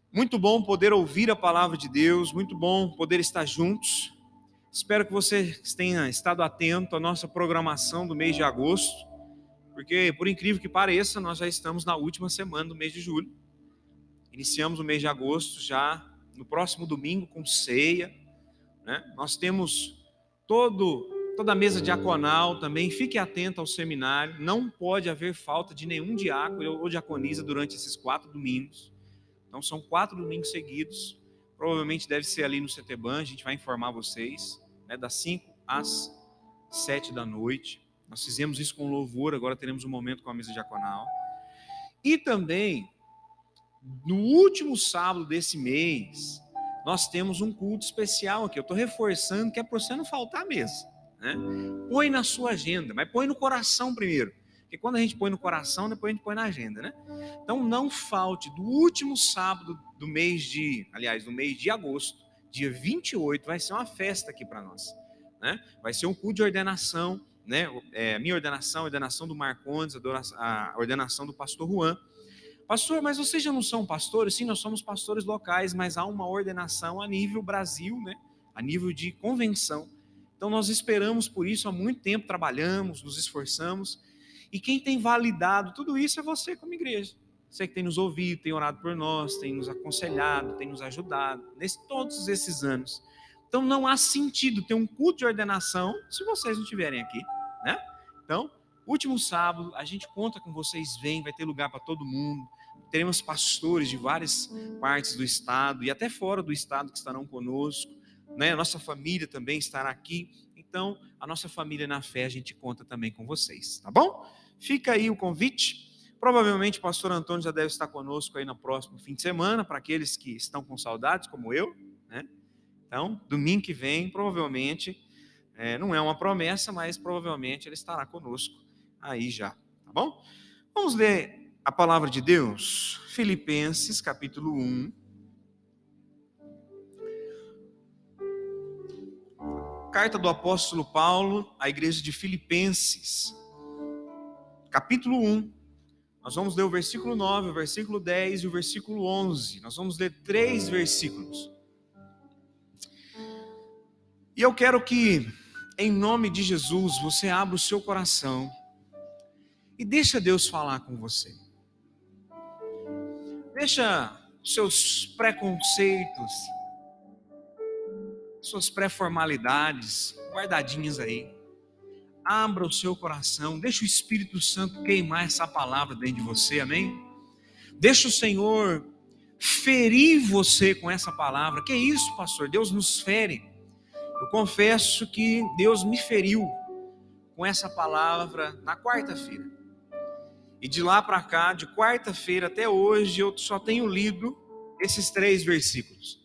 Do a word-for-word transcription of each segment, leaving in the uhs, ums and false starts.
Muito bom poder ouvir a palavra de Deus, muito bom poder estar juntos. Espero que você tenha estado atento à nossa programação do mês de agosto, porque, por incrível que pareça, nós já estamos na última semana do mês de julho. Iniciamos o mês de agosto já no próximo domingo com ceia, né? Nós temos todo, toda a mesa diaconal também. Fique atento ao seminário, não pode haver falta de nenhum diácono ou diaconisa durante esses quatro domingos. Então são quatro domingos seguidos, provavelmente deve ser ali no CETEBAN, a gente vai informar vocês, né, das cinco às sete da noite. Nós fizemos isso com louvor, agora teremos um momento com a mesa diaconal. E também, no último sábado desse mês, nós temos um culto especial aqui. Eu estou reforçando que é para você não faltar mesmo, né? Põe na sua agenda, mas põe no coração primeiro. Porque quando a gente põe no coração, depois a gente põe na agenda, né? Então não falte, do último sábado do mês de, aliás, do mês de agosto, dia vinte e oito, vai ser uma festa aqui para nós, né? Vai ser um culto de ordenação, né? É, a minha ordenação, a ordenação do Marcondes, a ordenação do pastor Juan. Pastor, mas vocês já não são pastores? Sim, nós somos pastores locais, mas há uma ordenação a nível Brasil, né? A nível de convenção. Então nós esperamos por isso há muito tempo, trabalhamos, nos esforçamos. E quem tem validado tudo isso é você como igreja. Você que tem nos ouvido, tem orado por nós, tem nos aconselhado, tem nos ajudado, nesse, todos esses anos. Então não há sentido ter um culto de ordenação se vocês não estiverem aqui, né? Então, último sábado, a gente conta com vocês, vem, vai ter lugar para todo mundo. Teremos pastores de várias partes do estado e até fora do estado que estarão conosco, né? A nossa família também estará aqui. Então, a nossa família na fé, a gente conta também com vocês, tá bom? Fica aí o convite. Provavelmente o pastor Antônio já deve estar conosco aí no próximo fim de semana, para aqueles que estão com saudades, como eu, né? Então, domingo que vem, provavelmente, é, não é uma promessa, mas provavelmente ele estará conosco aí já, tá bom? Vamos ler a palavra de Deus, Filipenses, capítulo um. Carta do apóstolo Paulo à igreja de Filipenses, capítulo um. Nós vamos ler o versículo nove, o versículo dez e o versículo onze. Nós vamos ler três versículos. E eu quero que, em nome de Jesus, você abra o seu coração e deixa Deus falar com você. Deixa seus preconceitos, suas pré-formalidades guardadinhas aí. Abra o seu coração, deixa o Espírito Santo queimar essa palavra dentro de você, amém? Deixa o Senhor ferir você com essa palavra. Que isso, pastor? Deus nos fere. Eu confesso que Deus me feriu com essa palavra na quarta-feira. E de lá para cá, de quarta-feira até hoje, eu só tenho lido esses três versículos.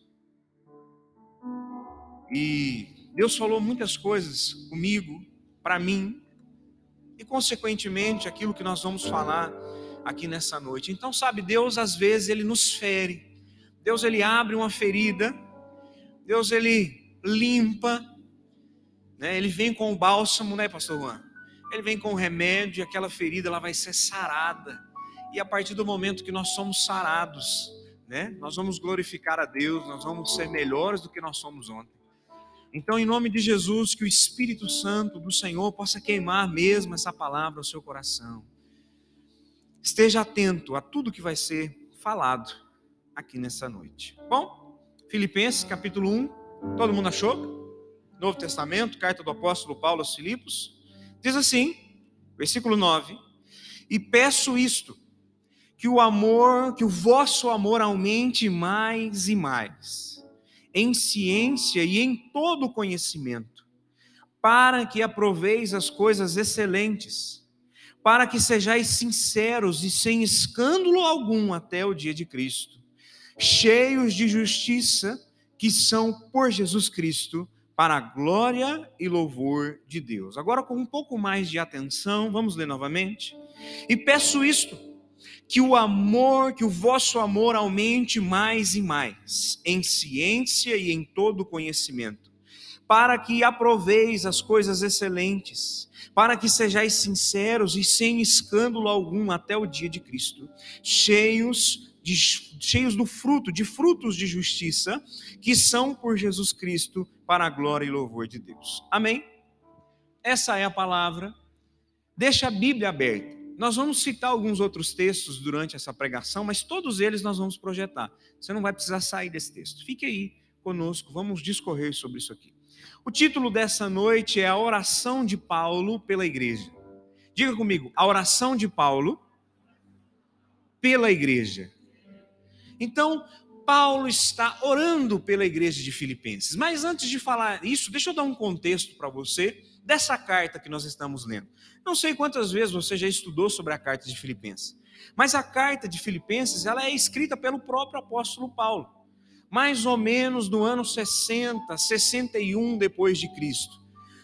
E Deus falou muitas coisas comigo, para mim, e consequentemente aquilo que nós vamos falar aqui nessa noite. Então, sabe, Deus às vezes ele nos fere. Deus ele abre uma ferida. Deus ele limpa, né? Ele vem com o bálsamo, né, pastor Juan? Ele vem com o remédio e aquela ferida ela vai ser sarada. E a partir do momento que nós somos sarados, né, nós vamos glorificar a Deus, nós vamos ser melhores do que nós somos ontem. Então, em nome de Jesus, que o Espírito Santo do Senhor possa queimar mesmo essa palavra ao seu coração. Esteja atento a tudo que vai ser falado aqui nessa noite. Bom, Filipenses capítulo um, todo mundo achou? Novo Testamento, carta do apóstolo Paulo aos Filipos. Diz assim, versículo nove: e peço isto, que o amor, que o vosso amor aumente mais e mais, em ciência e em todo conhecimento, para que aproveis as coisas excelentes, para que sejais sinceros e sem escândalo algum até o dia de Cristo, cheios de justiça, que são por Jesus Cristo, para a glória e louvor de Deus. Agora, com um pouco mais de atenção, vamos ler novamente. E peço isto, que o amor, que o vosso amor aumente mais e mais, em ciência e em todo conhecimento, para que aproveis as coisas excelentes, para que sejais sinceros e sem escândalo algum até o dia de Cristo, cheios de, cheios do fruto, de frutos de justiça, que são por Jesus Cristo, para a glória e louvor de Deus. Amém? Essa é a palavra. Deixa a Bíblia aberta. Nós vamos citar alguns outros textos durante essa pregação, mas todos eles nós vamos projetar. Você não vai precisar sair desse texto. Fique aí conosco, vamos discorrer sobre isso aqui. O título dessa noite é a oração de Paulo pela igreja. Diga comigo, a oração de Paulo pela igreja. Então, Paulo está orando pela igreja de Filipenses. Mas antes de falar isso, deixa eu dar um contexto para você dessa carta que nós estamos lendo. Não sei quantas vezes você já estudou sobre a carta de Filipenses, mas a carta de Filipenses ela é escrita pelo próprio apóstolo Paulo, mais ou menos no ano sessenta, sessenta e um depois de Cristo.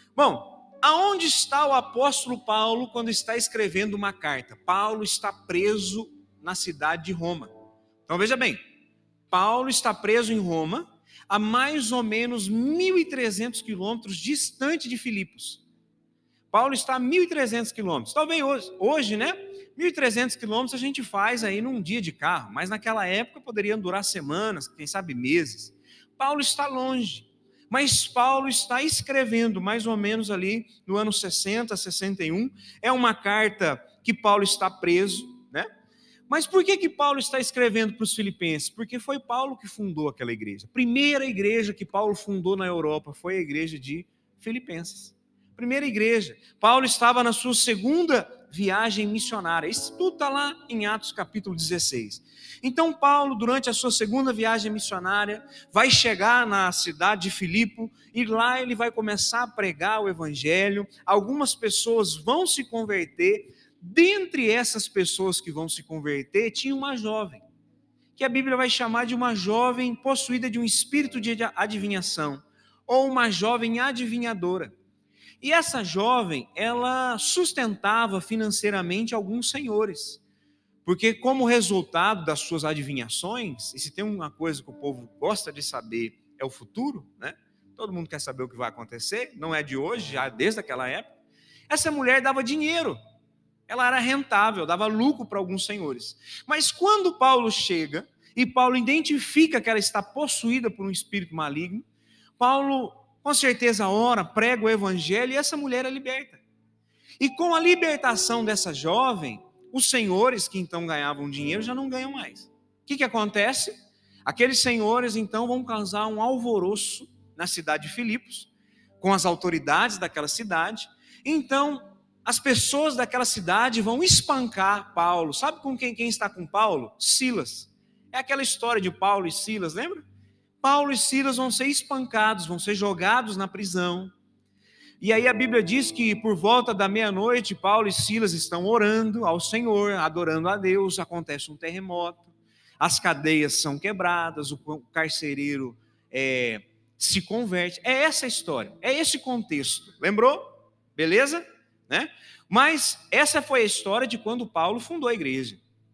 Bom, aonde está o apóstolo Paulo quando está escrevendo uma carta? Paulo está preso na cidade de Roma. Então veja bem, Paulo está preso em Roma, a mais ou menos mil e trezentos quilômetros distante de Filipos. Paulo está a mil e trezentos quilômetros. Talvez hoje, hoje, né? mil e trezentos quilômetros a gente faz aí num dia de carro, mas naquela época poderiam durar semanas, quem sabe meses. Paulo está longe, mas Paulo está escrevendo mais ou menos ali no ano sessenta, sessenta e um. É uma carta que Paulo está preso, né? Mas por que que Paulo está escrevendo para os filipenses? Porque foi Paulo que fundou aquela igreja. A primeira igreja que Paulo fundou na Europa foi a igreja de Filipenses. Primeira igreja. Paulo estava na sua segunda viagem missionária. Isso tudo está lá em Atos capítulo dezesseis. Então Paulo, durante a sua segunda viagem missionária, vai chegar na cidade de Filipo e lá ele vai começar a pregar o evangelho. Algumas pessoas vão se converter. Dentre essas pessoas que vão se converter, tinha uma jovem, que a Bíblia vai chamar de uma jovem possuída de um espírito de adivinhação, ou uma jovem adivinhadora. E essa jovem, ela sustentava financeiramente alguns senhores, porque como resultado das suas adivinhações, e se tem uma coisa que o povo gosta de saber, é o futuro, né? Todo mundo quer saber o que vai acontecer, não é de hoje, já desde aquela época. Essa mulher dava dinheiro. Ela era rentável, dava lucro para alguns senhores. Mas quando Paulo chega, e Paulo identifica que ela está possuída por um espírito maligno, Paulo, com certeza, ora, prega o evangelho, e essa mulher é liberta. E com a libertação dessa jovem, os senhores que então ganhavam dinheiro já não ganham mais. O que que acontece? Aqueles senhores então vão causar um alvoroço na cidade de Filipos, com as autoridades daquela cidade. Então, as pessoas daquela cidade vão espancar Paulo. Sabe com quem, quem está com Paulo? Silas. É aquela história de Paulo e Silas, lembra? Paulo e Silas vão ser espancados, vão ser jogados na prisão. E aí a Bíblia diz que por volta da meia-noite, Paulo e Silas estão orando ao Senhor, adorando a Deus, acontece um terremoto, as cadeias são quebradas, o carcereiro é, se converte. É essa a história, é esse contexto. Lembrou? Beleza? Né? Mas essa foi a história de quando Paulo fundou a igreja.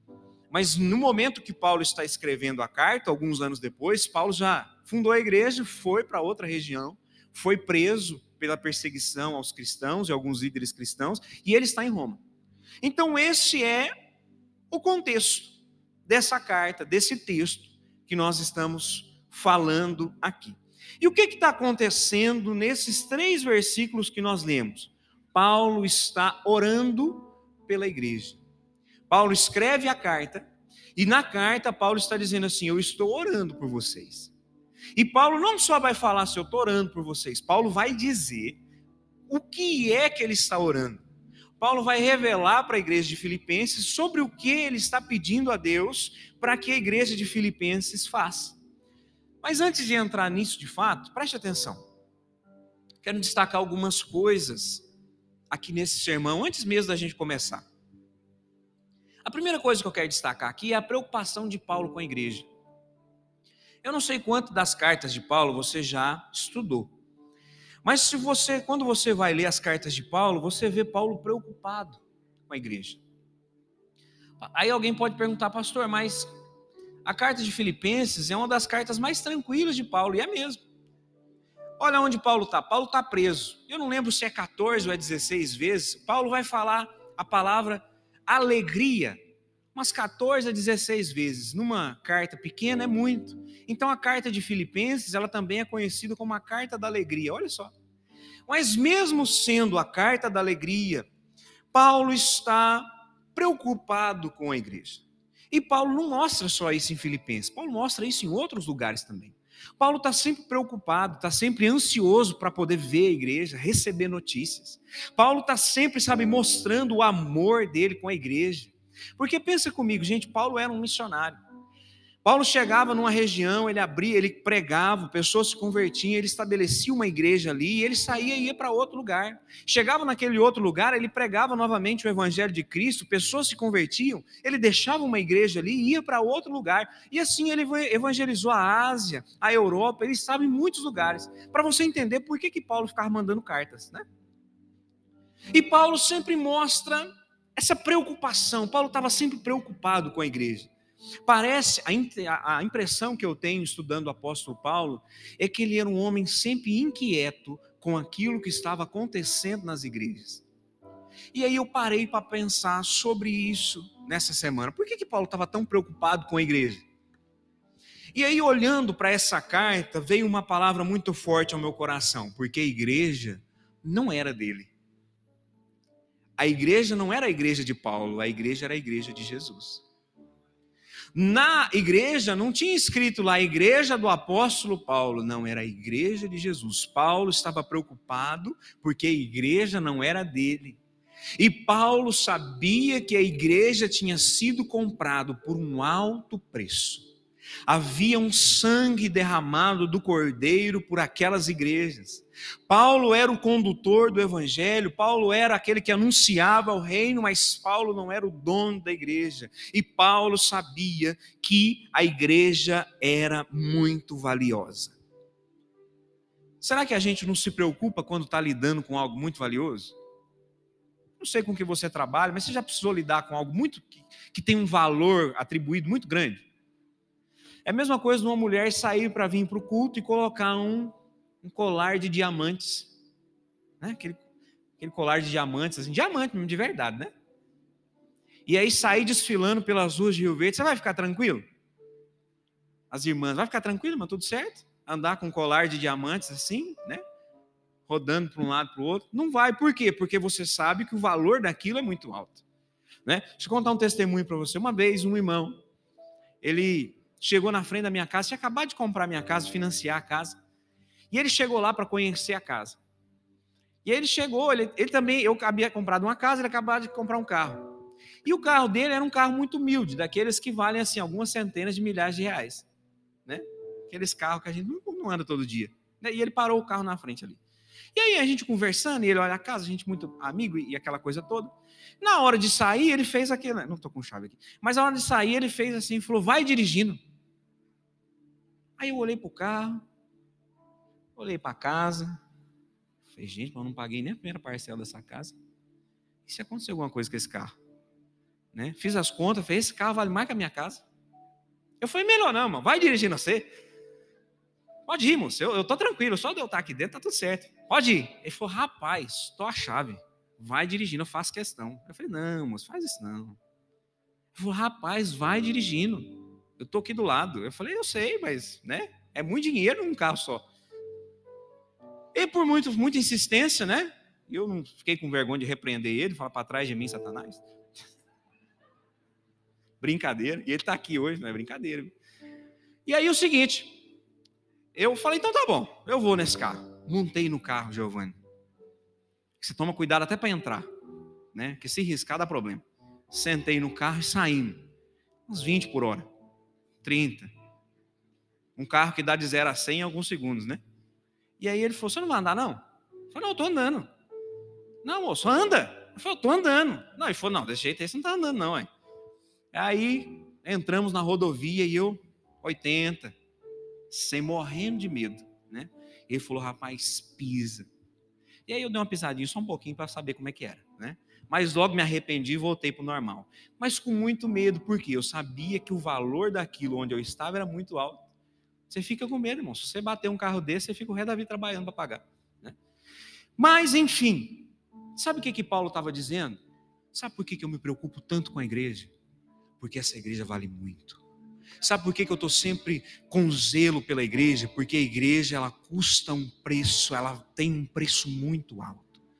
Mas no momento que Paulo está escrevendo a carta, alguns anos depois, Paulo já fundou a igreja, foi para outra região, foi preso pela perseguição aos cristãos e alguns líderes cristãos, e ele está em Roma. Então esse é o contexto dessa carta, desse texto que nós estamos falando aqui. E o que está acontecendo nesses três versículos que nós lemos? Paulo está orando pela igreja. Paulo escreve a carta, e na carta Paulo está dizendo assim, eu estou orando por vocês. E Paulo não só vai falar assim, eu estou orando por vocês, Paulo vai dizer o que é que ele está orando. Paulo vai revelar para a igreja de Filipenses sobre o que ele está pedindo a Deus para que a igreja de Filipenses faça. Mas antes de entrar nisso de fato, preste atenção. Quero destacar algumas coisas aqui nesse sermão, antes mesmo da gente começar. A primeira coisa que eu quero destacar aqui é a preocupação de Paulo com a igreja. Eu não sei quanto das cartas de Paulo você já estudou, mas se você, quando você vai ler as cartas de Paulo, você vê Paulo preocupado com a igreja. Aí alguém pode perguntar, pastor, mas a carta de Filipenses é uma das cartas mais tranquilas de Paulo, e é mesmo. Olha onde Paulo está, Paulo está preso, eu não lembro se é quatorze ou é dezesseis vezes, Paulo vai falar a palavra alegria umas quatorze a dezesseis vezes. Numa carta pequena é muito. Então a carta de Filipenses, ela também é conhecida como a carta da alegria, olha só. Mas mesmo sendo a carta da alegria, Paulo está preocupado com a igreja. E Paulo não mostra só isso em Filipenses, Paulo mostra isso em outros lugares também. Paulo está sempre preocupado, está sempre ansioso para poder ver a igreja, receber notícias. Paulo está sempre, sabe, mostrando o amor dele com a igreja. Porque pensa comigo, gente, Paulo era um missionário. Paulo chegava numa região, ele abria, ele pregava, pessoas se convertiam, ele estabelecia uma igreja ali, e ele saía e ia para outro lugar. Chegava naquele outro lugar, ele pregava novamente o evangelho de Cristo, pessoas se convertiam, ele deixava uma igreja ali e ia para outro lugar. E assim ele evangelizou a Ásia, a Europa, ele estava em muitos lugares. Para você entender por que, que Paulo ficava mandando cartas, né? E Paulo sempre mostra essa preocupação, Paulo estava sempre preocupado com a igreja. Parece, a impressão que eu tenho estudando o apóstolo Paulo é que ele era um homem sempre inquieto com aquilo que estava acontecendo nas igrejas. E aí eu parei para pensar sobre isso nessa semana. Por que que Paulo estava tão preocupado com a igreja? E aí, olhando para essa carta, veio uma palavra muito forte ao meu coração, porque a igreja não era dele. A igreja não era a igreja de Paulo, a igreja era a igreja de Jesus. Na igreja não tinha escrito lá a igreja do apóstolo Paulo, não, era a igreja de Jesus. Paulo estava preocupado porque a igreja não era dele. E Paulo sabia que a igreja tinha sido comprado por um alto preço. Havia um sangue derramado do Cordeiro por aquelas igrejas. Paulo era o condutor do evangelho, Paulo era aquele que anunciava o reino, mas Paulo não era o dono da igreja. E Paulo sabia que a igreja era muito valiosa. Será que a gente não se preocupa quando está lidando com algo muito valioso? Não sei com que você trabalha, mas você já precisou lidar com algo muito que, que tem um valor atribuído muito grande? É a mesma coisa de uma mulher sair para vir para o culto e colocar um, um colar de diamantes, né? aquele, aquele colar de diamantes, assim, diamante de verdade, né? E aí sair desfilando pelas ruas de Rio Verde, você vai ficar tranquilo? As irmãs, vai ficar tranquilo, mas tudo certo? Andar com um colar de diamantes assim, né? Rodando para um lado para o outro? Não vai, por quê? Porque você sabe que o valor daquilo é muito alto, né? Deixa eu contar um testemunho para você. Uma vez um irmão, ele chegou na frente da minha casa, tinha acabado de comprar minha casa, financiar a casa, e ele chegou lá para conhecer a casa. E aí ele chegou, ele, ele também, eu havia comprado uma casa, ele acabou de comprar um carro. E o carro dele era um carro muito humilde, daqueles que valem assim algumas centenas de milhares de reais, né? Aqueles carros que a gente não, não anda todo dia. E ele parou o carro na frente ali. E aí a gente conversando, e ele olha a casa, a gente muito amigo e aquela coisa toda. Na hora de sair, ele fez aquilo, não estou com chave aqui, mas na hora de sair ele fez assim, falou, vai dirigindo. Aí eu olhei para o carro, olhei para a casa, falei, gente, mas eu não paguei nem a primeira parcela dessa casa. E se acontecer alguma coisa com esse carro? Né? Fiz as contas, falei, esse carro vale mais que a minha casa. Eu falei, melhor não, mano, vai dirigindo você. Pode ir, moço, eu estou tranquilo, só de eu estar aqui dentro, tá tudo certo. Pode ir. Ele falou, rapaz, estou a chave, vai dirigindo, eu faço questão. Eu falei, não, moço, faz isso não. Ele falou, rapaz, vai dirigindo, eu estou aqui do lado. Eu falei, eu sei, mas, né, é muito dinheiro num carro só. E por muito, muita insistência, né, eu não fiquei com vergonha de repreender ele, falar para trás de mim, Satanás. Brincadeira, e ele está aqui hoje, não é brincadeira. E aí o seguinte, eu falei, então tá bom, eu vou nesse carro. Montei no carro, Giovanni. Você toma cuidado até para entrar, né? Porque se riscar dá problema. Sentei no carro e saímos. Uns vinte por hora. trinta. Um carro que dá de zero a cem em alguns segundos, né? E aí ele falou, você não vai andar não? Eu falei, não, eu tô andando. Não, moço, anda. Eu falei, eu tô andando. Não, ele falou, não, desse jeito aí você não tá andando não, hein? Aí entramos na rodovia e eu, oitenta, sem morrendo de medo, né? Ele falou, rapaz, pisa. E aí eu dei uma pisadinha só um pouquinho para saber como é que era, né? Mas logo me arrependi e voltei para o normal. Mas com muito medo, porque eu sabia que o valor daquilo onde eu estava era muito alto. Você fica com medo, irmão. Se você bater um carro desse, você fica o resto da vida trabalhando para pagar, né? Mas, enfim, sabe o que que Paulo estava dizendo? Sabe por que que eu me preocupo tanto com a igreja? Porque essa igreja vale muito. Sabe por que que eu estou sempre com zelo pela igreja? Porque a igreja, ela custa um preço, ela tem um preço muito alto.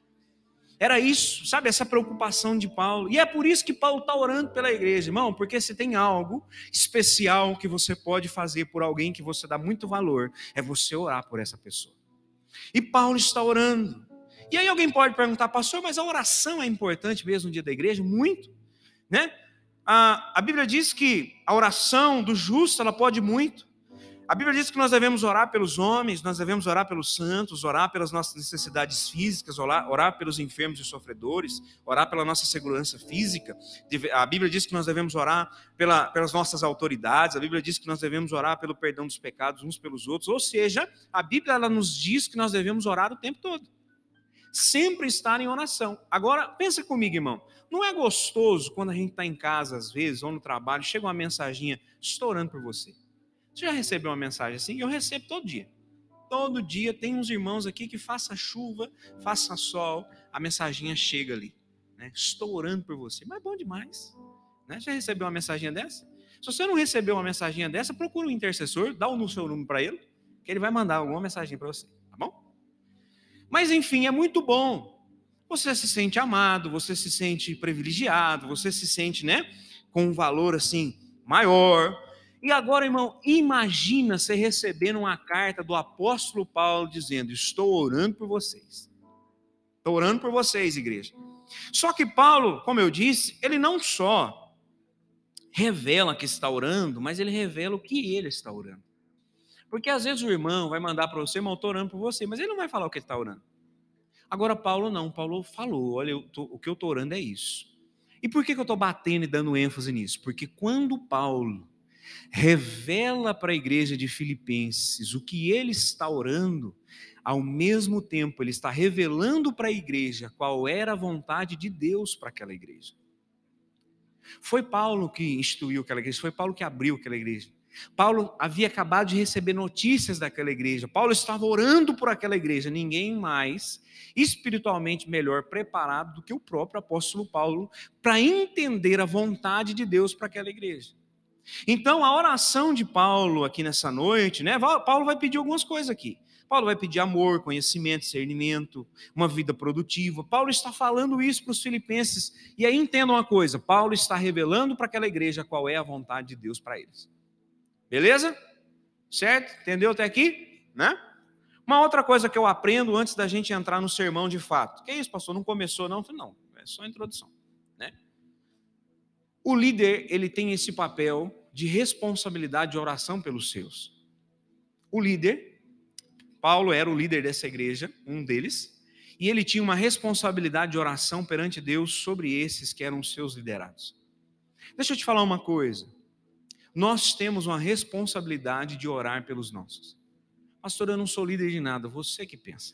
Era isso, sabe, essa preocupação de Paulo. E é por isso que Paulo está orando pela igreja, irmão, porque se tem algo especial que você pode fazer por alguém que você dá muito valor, é você orar por essa pessoa. E Paulo está orando. E aí alguém pode perguntar, pastor, mas a oração é importante mesmo no dia da igreja? Muito, né? A, a Bíblia diz que a oração do justo, ela pode muito. A Bíblia diz que nós devemos orar pelos homens, nós devemos orar pelos santos, orar pelas nossas necessidades físicas, orar, orar pelos enfermos e sofredores, orar pela nossa segurança física. A Bíblia diz que nós devemos orar pela, pelas nossas autoridades, a Bíblia diz que nós devemos orar pelo perdão dos pecados uns pelos outros. Ou seja, a Bíblia, ela nos diz que nós devemos orar o tempo todo. Sempre estar em oração. Agora, pensa comigo, irmão. Não é gostoso quando a gente está em casa, às vezes, ou no trabalho, chega uma mensaginha, estou orando por você. Você já recebeu uma mensagem assim? Eu recebo todo dia. Todo dia tem uns irmãos aqui que faça chuva, faça sol, a mensaginha chega ali. Né? Estou orando por você. Mas é bom demais. Né? Já recebeu uma mensaginha dessa? Se você não recebeu uma mensaginha dessa, procura um intercessor, dá o seu número para ele, que ele vai mandar alguma mensagem para você. Tá bom? Mas enfim, é muito bom. Você se sente amado, você se sente privilegiado, você se sente, né, com um valor assim maior. E agora, irmão, imagina você recebendo uma carta do apóstolo Paulo dizendo, estou orando por vocês. Estou orando por vocês, igreja. Só que Paulo, como eu disse, ele não só revela que está orando, mas ele revela o que ele está orando. Porque às vezes o irmão vai mandar para você, irmão, estou orando por você, mas ele não vai falar o que ele está orando. Agora Paulo não, Paulo falou, olha, eu tô, o que eu estou orando é isso. E por que, que eu estou batendo e dando ênfase nisso? Porque quando Paulo revela para a igreja de Filipenses o que ele está orando, ao mesmo tempo ele está revelando para a igreja qual era a vontade de Deus para aquela igreja. Foi Paulo que instituiu aquela igreja, foi Paulo que abriu aquela igreja. Paulo havia acabado de receber notícias daquela igreja, Paulo estava orando por aquela igreja, ninguém mais espiritualmente melhor preparado do que o próprio apóstolo Paulo para entender a vontade de Deus para aquela igreja. Então a oração de Paulo aqui nessa noite, né? Paulo vai pedir algumas coisas aqui. Paulo vai pedir amor, conhecimento, discernimento, uma vida produtiva. Paulo está falando isso para os filipenses. E aí entendam uma coisa, Paulo está revelando para aquela igreja qual é a vontade de Deus para eles. Beleza? Certo? Entendeu até aqui? Né? Uma outra coisa que eu aprendo antes da gente entrar no sermão de fato. Que é isso, pastor? Não começou não? Não, é só a introdução. Né? O líder, ele tem esse papel de responsabilidade de oração pelos seus. O líder, Paulo era o líder dessa igreja, um deles, e ele tinha uma responsabilidade de oração perante Deus sobre esses que eram os seus liderados. Deixa eu te falar uma coisa. Nós temos uma responsabilidade de orar pelos nossos. Pastor, eu não sou líder de nada, você que pensa.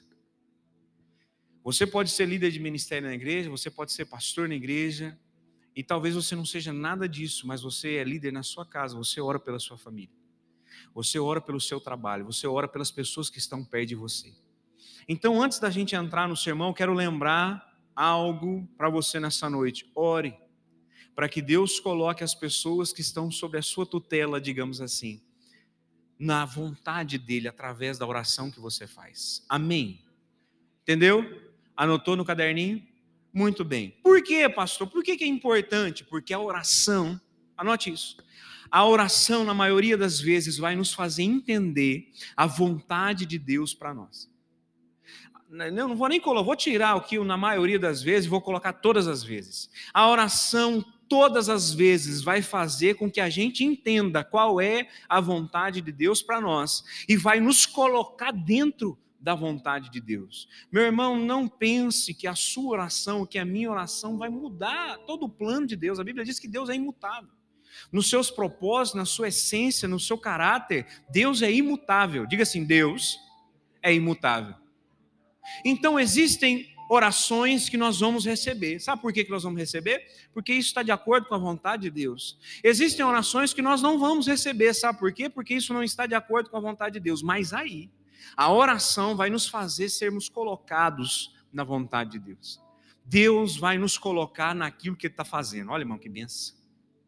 Você pode ser líder de ministério na igreja, você pode ser pastor na igreja, e talvez você não seja nada disso, mas você é líder na sua casa, você ora pela sua família. Você ora pelo seu trabalho, você ora pelas pessoas que estão perto de você. Então, antes da gente entrar no sermão, eu quero lembrar algo para você nessa noite. Ore, para que Deus coloque as pessoas que estão sob a sua tutela, digamos assim, na vontade dEle, através da oração que você faz. Amém? Entendeu? Anotou no caderninho? Muito bem. Por quê, pastor? Por que que é importante? Porque a oração, anote isso, a oração, na maioria das vezes, vai nos fazer entender a vontade de Deus para nós. Eu não vou nem colocar, vou tirar o que na maioria das vezes, vou colocar todas as vezes. A oração, todas as vezes, vai fazer com que a gente entenda qual é a vontade de Deus para nós e vai nos colocar dentro da vontade de Deus. Meu irmão, não pense que a sua oração, que a minha oração vai mudar todo o plano de Deus. A Bíblia diz que Deus é imutável. Nos seus propósitos, na sua essência, no seu caráter, Deus é imutável. Diga assim, Deus é imutável. Então existem orações que nós vamos receber. Sabe por que nós vamos receber? Porque isso está de acordo com a vontade de Deus. Existem orações que nós não vamos receber. Sabe por quê? Porque isso não está de acordo com a vontade de Deus. Mas aí, a oração vai nos fazer sermos colocados na vontade de Deus. Deus vai nos colocar naquilo que Ele está fazendo. Olha, irmão, que benção.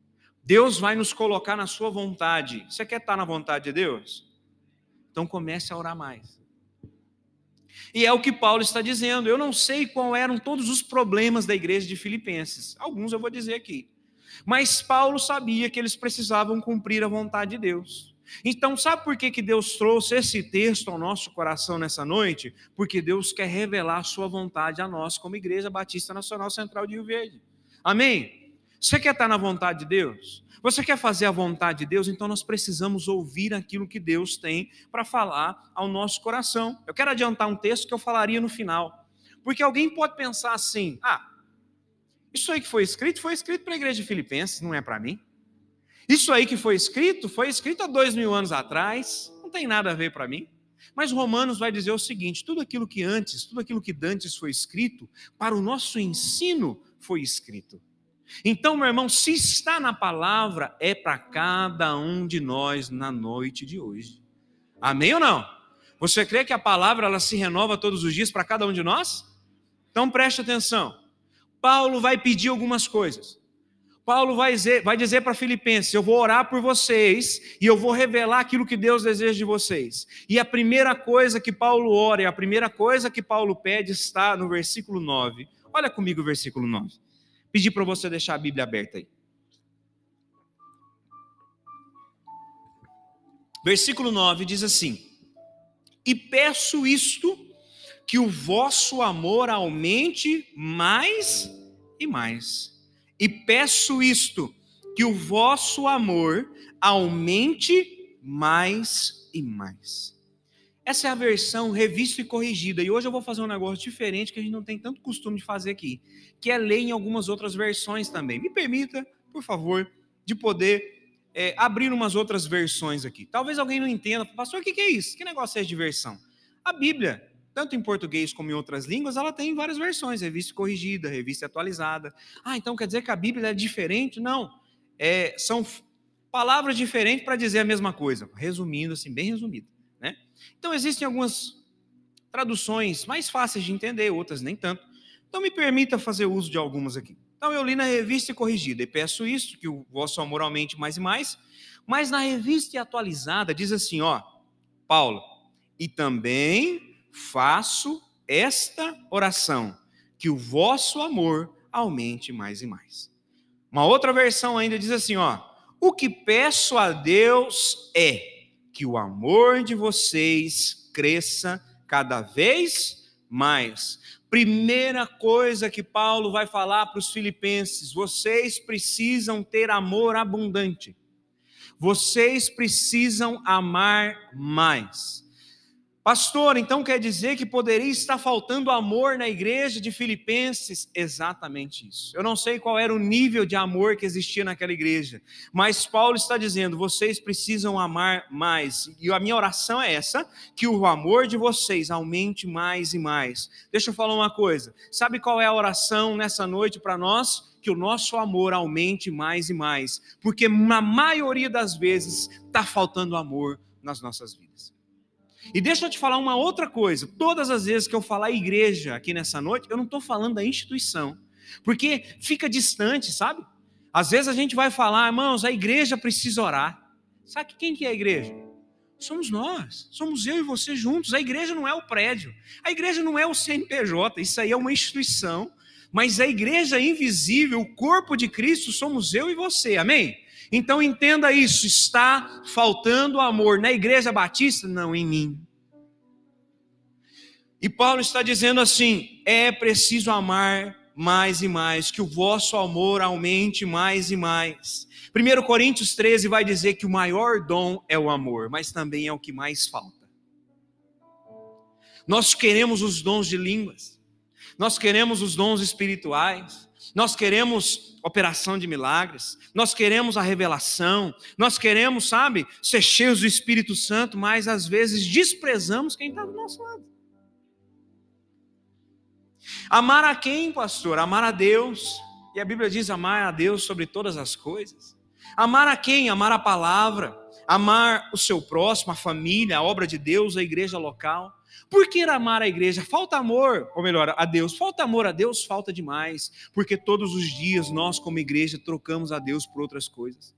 Deus vai nos colocar na sua vontade. Você quer estar na vontade de Deus? Então comece a orar mais. E é o que Paulo está dizendo. Eu não sei qual eram todos os problemas da igreja de Filipenses. Alguns eu vou dizer aqui. Mas Paulo sabia que eles precisavam cumprir a vontade de Deus. Então, sabe por que que Deus trouxe esse texto ao nosso coração nessa noite? Porque Deus quer revelar a sua vontade a nós, como Igreja Batista Nacional Central de Rio Verde. Amém? Você quer estar na vontade de Deus? Você quer fazer a vontade de Deus? Então nós precisamos ouvir aquilo que Deus tem para falar ao nosso coração. Eu quero adiantar um texto que eu falaria no final. Porque alguém pode pensar assim, ah, isso aí que foi escrito, foi escrito para a igreja de Filipenses, não é para mim. Isso aí que foi escrito, foi escrito há dois mil anos atrás, não tem nada a ver para mim. Mas Romanos vai dizer o seguinte, tudo aquilo que antes, tudo aquilo que dantes foi escrito, para o nosso ensino foi escrito. Então, meu irmão, se está na palavra, é para cada um de nós na noite de hoje. Amém ou não? Você crê que a palavra ela se renova todos os dias para cada um de nós? Então preste atenção. Paulo vai pedir algumas coisas. Paulo vai dizer, vai dizer para Filipenses, eu vou orar por vocês e eu vou revelar aquilo que Deus deseja de vocês. E a primeira coisa que Paulo ora e a primeira coisa que Paulo pede está no versículo nove. Olha comigo o versículo nove. Pedi para você deixar a Bíblia aberta aí. Versículo nove diz assim: e peço isto, que o vosso amor aumente mais e mais. E peço isto, que o vosso amor aumente mais e mais. Essa é a versão revista e corrigida. E hoje eu vou fazer um negócio diferente que a gente não tem tanto costume de fazer aqui, que é ler em algumas outras versões também. Me permita, por favor, de poder é, abrir umas outras versões aqui. Talvez alguém não entenda. Pastor, o que é isso? Que negócio é esse de versão? A Bíblia, tanto em português como em outras línguas, ela tem várias versões. Revista e corrigida, revista e atualizada. Ah, então quer dizer que a Bíblia é diferente? Não. É, são palavras diferentes para dizer a mesma coisa. Resumindo, assim, bem resumido. Né? Então existem algumas traduções mais fáceis de entender, outras nem tanto. Então me permita fazer uso de algumas aqui. Então eu li na revista e corrigida, e peço isso, que o vosso amor aumente mais e mais, mas na revista e atualizada diz assim, ó, Paulo, e também faço esta oração, que o vosso amor aumente mais e mais. Uma outra versão ainda diz assim, ó, o que peço a Deus é que o amor de vocês cresça cada vez mais. Primeira coisa que Paulo vai falar para os filipenses, vocês precisam ter amor abundante. Vocês precisam amar mais. Pastor, então quer dizer que poderia estar faltando amor na igreja de Filipenses? Exatamente isso. Eu não sei qual era o nível de amor que existia naquela igreja, mas Paulo está dizendo, vocês precisam amar mais. E a minha oração é essa, que o amor de vocês aumente mais e mais. Deixa eu falar uma coisa, sabe qual é a oração nessa noite para nós? Que o nosso amor aumente mais e mais, porque na maioria das vezes está faltando amor nas nossas vidas. E deixa eu te falar uma outra coisa, todas as vezes que eu falar igreja aqui nessa noite, eu não estou falando da instituição, porque fica distante, sabe? Às vezes a gente vai falar, irmãos, a igreja precisa orar. Sabe quem que é a igreja? Somos nós, somos eu e você juntos. A igreja não é o prédio, a igreja não é o C N P J, isso aí é uma instituição, mas a igreja invisível, o corpo de Cristo, somos eu e você, amém? Então entenda isso, está faltando amor na igreja batista? Não, em mim. E Paulo está dizendo assim, é preciso amar mais e mais, que o vosso amor aumente mais e mais. primeira Coríntios treze vai dizer que o maior dom é o amor, mas também é o que mais falta. Nós queremos os dons de línguas, nós queremos os dons espirituais, nós queremos operação de milagres, nós queremos a revelação, nós queremos, sabe, ser cheios do Espírito Santo, mas às vezes desprezamos quem está do nosso lado. Amar a quem, pastor? Amar a Deus, e a Bíblia diz amar a Deus sobre todas as coisas. Amar a quem? Amar a palavra, amar o seu próximo, a família, a obra de Deus, a igreja local. Por que amar a igreja? Falta amor, ou melhor, a Deus. Falta amor a Deus, falta demais. Porque todos os dias nós, como igreja, trocamos a Deus por outras coisas.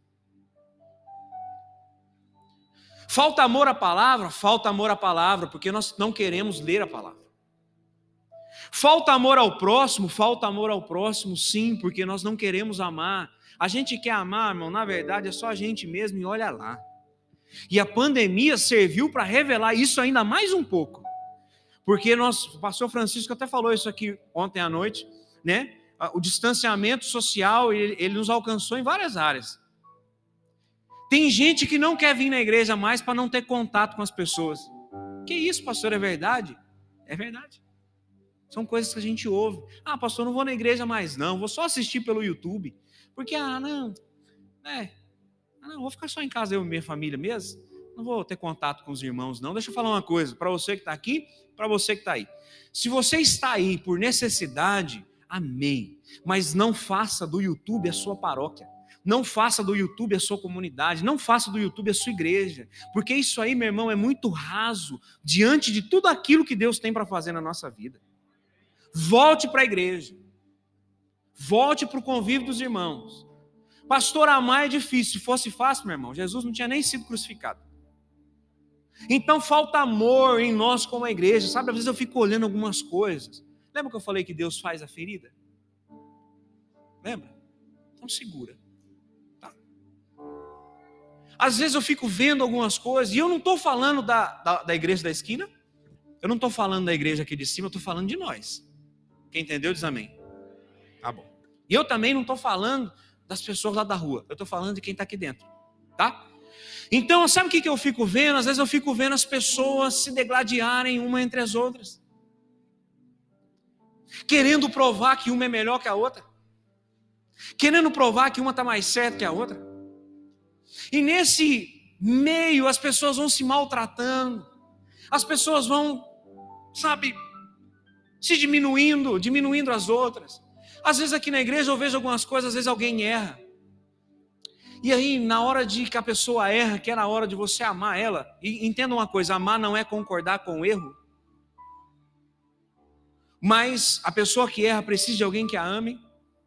Falta amor à palavra? Falta amor à palavra, porque nós não queremos ler a palavra. Falta amor ao próximo? Falta amor ao próximo, sim, porque nós não queremos amar. A gente quer amar, irmão, na verdade é só a gente mesmo e olha lá. E a pandemia serviu para revelar isso ainda mais um pouco. Porque nós, o pastor Francisco até falou isso aqui ontem à noite, né? O distanciamento social, ele, ele nos alcançou em várias áreas. Tem gente que não quer vir na igreja mais para não ter contato com as pessoas. Que isso, pastor, é verdade? É verdade. São coisas que a gente ouve. Ah, pastor, não vou na igreja mais não, vou só assistir pelo YouTube. Porque, ah, não, é, ah, não, vou ficar só em casa, eu e minha família mesmo. Não vou ter contato com os irmãos não. Deixa eu falar uma coisa, para você que está aqui, para você que está aí. Se você está aí por necessidade, amém. Mas não faça do YouTube a sua paróquia. Não faça do YouTube a sua comunidade. Não faça do YouTube a sua igreja. Porque isso aí, meu irmão, é muito raso diante de tudo aquilo que Deus tem para fazer na nossa vida. Volte para a igreja. Volte para o convívio dos irmãos. Pastor, amar é difícil. Se fosse fácil, meu irmão, Jesus não tinha nem sido crucificado. Então falta amor em nós como a igreja. Sabe, às vezes eu fico olhando algumas coisas. Lembra que eu falei que Deus faz a ferida? Lembra? Então segura. Tá? Às vezes eu fico vendo algumas coisas, e eu não estou falando da, da, da igreja da esquina, eu não estou falando da igreja aqui de cima, eu estou falando de nós. Quem entendeu diz amém. Tá bom. E eu também não estou falando das pessoas lá da rua, eu estou falando de quem está aqui dentro. Tá? Então, sabe o que eu fico vendo? Às vezes eu fico vendo as pessoas se degladiarem uma entre as outras, querendo provar que uma é melhor que a outra, querendo provar que uma está mais certa que a outra. E nesse meio as pessoas vão se maltratando, as pessoas vão, sabe, se diminuindo, diminuindo as outras. Às vezes aqui na igreja eu vejo algumas coisas, às vezes alguém erra. E aí, na hora de que a pessoa erra, que é na hora de você amar ela, e entenda uma coisa, amar não é concordar com o erro, mas a pessoa que erra precisa de alguém que a ame.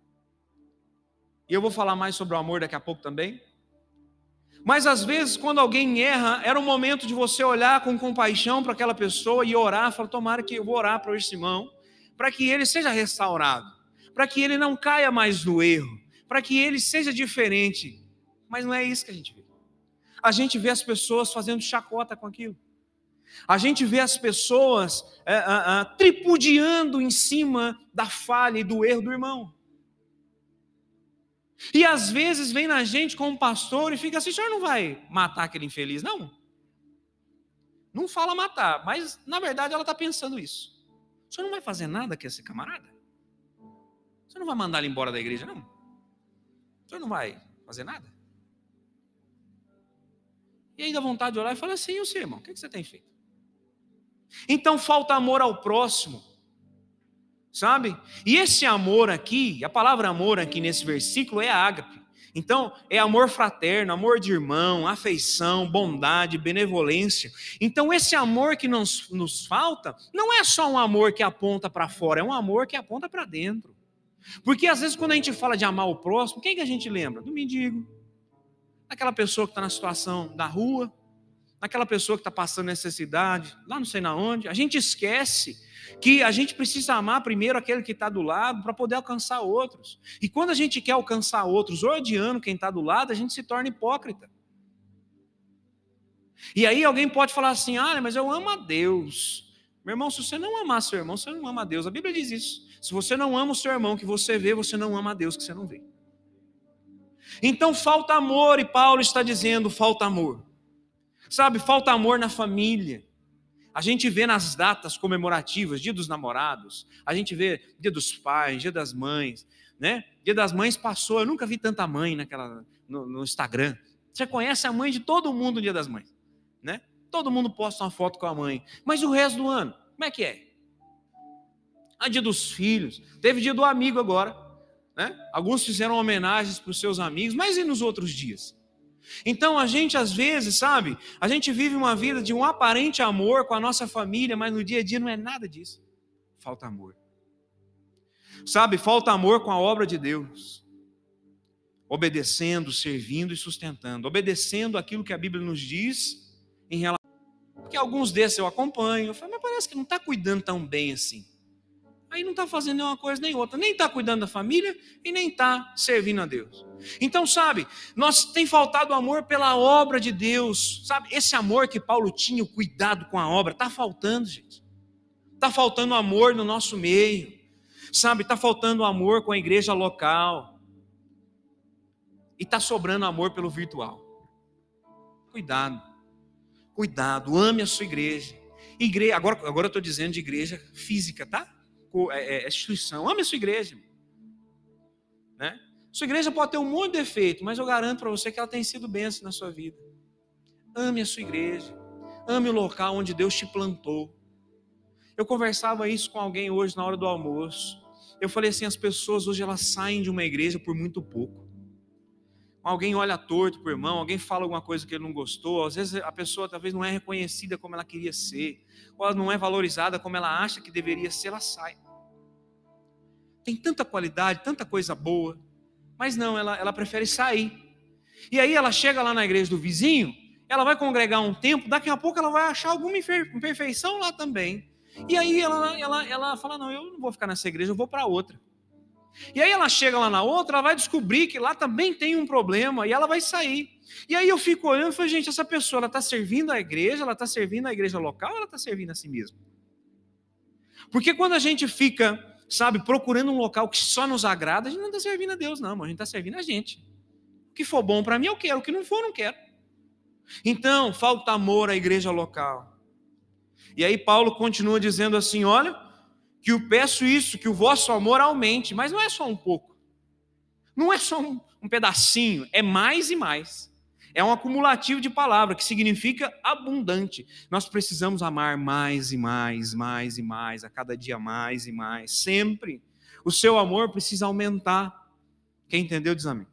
E eu vou falar mais sobre o amor daqui a pouco também. Mas às vezes, quando alguém erra, era o momento de você olhar com compaixão para aquela pessoa e orar, falar, tomara que eu vou orar para esse irmão, para que ele seja restaurado, para que ele não caia mais no erro, para que ele seja diferente. Mas não é isso que a gente vê. A gente vê as pessoas fazendo chacota com aquilo. A gente vê as pessoas é, é, é, tripudiando em cima da falha e do erro do irmão. E às vezes vem na gente como pastor e fica assim, o senhor não vai matar aquele infeliz, não? Não fala matar, mas na verdade ela está pensando isso. O senhor não vai fazer nada com esse camarada? O senhor não vai mandar ele embora da igreja, não? O senhor não vai fazer nada? E aí dá vontade de orar e falar assim, e o seu irmão, o que você tem feito? Então falta amor ao próximo, sabe? E esse amor aqui, a palavra amor aqui nesse versículo é ágape. Então é amor fraterno, amor de irmão, afeição, bondade, benevolência. Então esse amor que nos, nos falta, não é só um amor que aponta para fora, é um amor que aponta para dentro. Porque às vezes quando a gente fala de amar o próximo, quem que a gente lembra? Do mendigo. Naquela pessoa que está na situação da rua, naquela pessoa que está passando necessidade, lá não sei na onde. A gente esquece que a gente precisa amar primeiro aquele que está do lado para poder alcançar outros. E quando a gente quer alcançar outros, odiando quem está do lado, a gente se torna hipócrita. E aí alguém pode falar assim, ah, mas eu amo a Deus. Meu irmão, se você não amar seu irmão, você não ama a Deus. A Bíblia diz isso. Se você não ama o seu irmão que você vê, você não ama a Deus que você não vê. Então falta amor, e Paulo está dizendo, falta amor. Sabe, falta amor na família. A gente vê nas datas comemorativas, dia dos namorados, a gente vê dia dos pais, dia das mães, né? Dia das mães passou, eu nunca vi tanta mãe naquela, no, no Instagram. Você conhece a mãe de todo mundo no dia das mães, né? Todo mundo posta uma foto com a mãe. Mas o resto do ano, como é que é? Ah, dia dos filhos, teve dia do amigo agora. Né? Alguns fizeram homenagens para os seus amigos, mas e nos outros dias? Então a gente às vezes, sabe, a gente vive uma vida de um aparente amor com a nossa família, mas no dia a dia não é nada disso. Falta amor. Sabe, falta amor com a obra de Deus. Obedecendo, servindo e sustentando. Obedecendo aquilo que a Bíblia nos diz em relação. Porque alguns desses eu acompanho, eu falo, mas parece que não está cuidando tão bem assim. Aí não está fazendo nenhuma coisa nem outra, nem está cuidando da família e nem está servindo a Deus. Então, sabe, nós tem faltado amor pela obra de Deus, sabe? Esse amor que Paulo tinha, o cuidado com a obra, está faltando, gente. Está faltando amor no nosso meio, sabe? Está faltando amor com a igreja local e está sobrando amor pelo virtual. Cuidado, cuidado, ame a sua igreja. Igreja, agora, agora eu estou dizendo de igreja física, tá? É, é instituição, ame a sua igreja, né? Sua igreja pode ter um monte de defeito, mas eu garanto para você que ela tem sido bênção na sua vida. Ame a sua igreja, ame o local onde Deus te plantou. Eu conversava isso com alguém hoje na hora do almoço. Eu falei assim, as pessoas hoje elas saem de uma igreja por muito pouco. Alguém olha torto para o irmão, alguém fala alguma coisa que ele não gostou, às vezes a pessoa talvez não é reconhecida como ela queria ser, ou ela não é valorizada como ela acha que deveria ser, ela sai. Tem tanta qualidade, tanta coisa boa, mas não, ela, ela prefere sair. E aí ela chega lá na igreja do vizinho, ela vai congregar um tempo, daqui a pouco ela vai achar alguma imperfeição lá também. E aí ela, ela, ela fala, não, eu não vou ficar nessa igreja, eu vou para outra. E aí ela chega lá na outra, ela vai descobrir que lá também tem um problema e ela vai sair. E aí eu fico olhando e falo, gente, essa pessoa, ela está servindo a igreja, ela está servindo a igreja local, ou ela está servindo a si mesma? Porque quando a gente fica, sabe, procurando um local que só nos agrada, a gente não está servindo a Deus, não, a gente está servindo a gente. O que for bom para mim eu quero, o que não for eu não quero. Então, falta amor à igreja local. E aí Paulo continua dizendo assim, olha, que eu peço isso, que o vosso amor aumente, mas não é só um pouco, não é só um, um pedacinho, é mais e mais, é um acumulativo de palavra, que significa abundante. Nós precisamos amar mais e mais, mais e mais, a cada dia mais e mais, sempre. O seu amor precisa aumentar. Quem entendeu diz amém.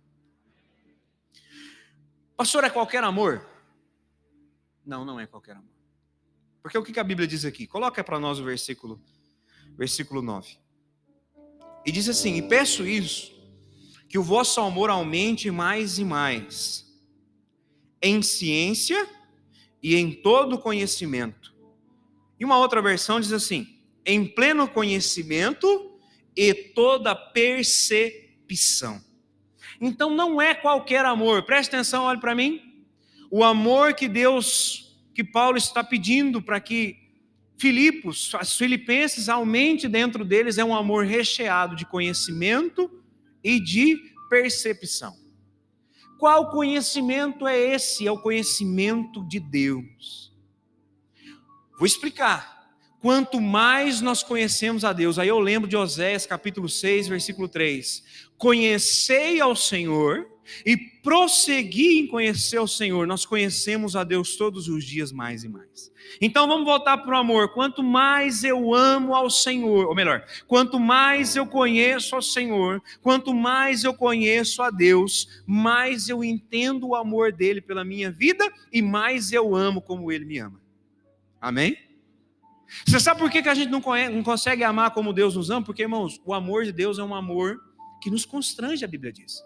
Pastor, é qualquer amor? Não, não é qualquer amor. Porque o que a Bíblia diz aqui? Coloca para nós o versículo Versículo nove. E diz assim, e peço isso, que o vosso amor aumente mais e mais, em ciência e em todo conhecimento. E uma outra versão diz assim, em pleno conhecimento e toda percepção. Então não é qualquer amor, preste atenção, olhe para mim. O amor que Deus, que Paulo está pedindo para que Filipos, as filipenses, aumente dentro deles, é um amor recheado de conhecimento e de percepção. Qual conhecimento é esse? É o conhecimento de Deus. Vou explicar. Quanto mais nós conhecemos a Deus, aí eu lembro de Oséias capítulo seis, versículo três. Conhecei ao Senhor e prossegui em conhecer ao Senhor. Nós conhecemos a Deus todos os dias mais e mais. Então vamos voltar para o amor. Quanto mais eu amo ao Senhor, ou melhor, quanto mais eu conheço ao Senhor, quanto mais eu conheço a Deus, mais eu entendo o amor dele pela minha vida e mais eu amo como ele me ama. Amém? Você sabe por que a gente não, conhece, não consegue amar como Deus nos ama? Porque, irmãos, o amor de Deus é um amor que nos constrange, a Bíblia diz.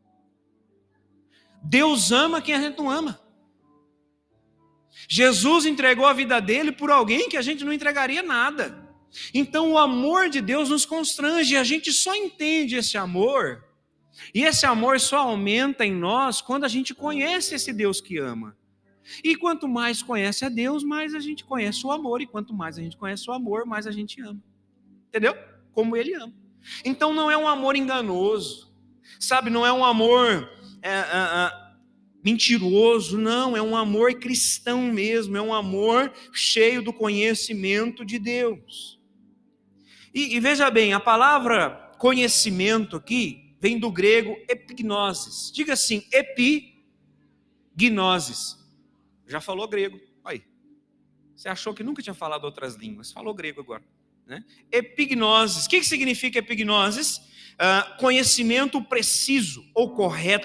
Deus ama quem a gente não ama. Jesus entregou a vida dele por alguém que a gente não entregaria nada. Então o amor de Deus nos constrange, e a gente só entende esse amor, e esse amor só aumenta em nós quando a gente conhece esse Deus que ama. E quanto mais conhece a Deus, mais a gente conhece o amor, e quanto mais a gente conhece o amor, mais a gente ama. Entendeu? Como ele ama. Então não é um amor enganoso, sabe? Não é um amor é, é, é, mentiroso, não, é um amor cristão mesmo, é um amor cheio do conhecimento de Deus. E, e veja bem, a palavra conhecimento aqui vem do grego epignosis. Diga assim, epignosis. Já falou grego, aí. Você achou que nunca tinha falado outras línguas, falou grego agora. Né? Epignosis, o que significa epignosis? Uh, conhecimento preciso ou correto,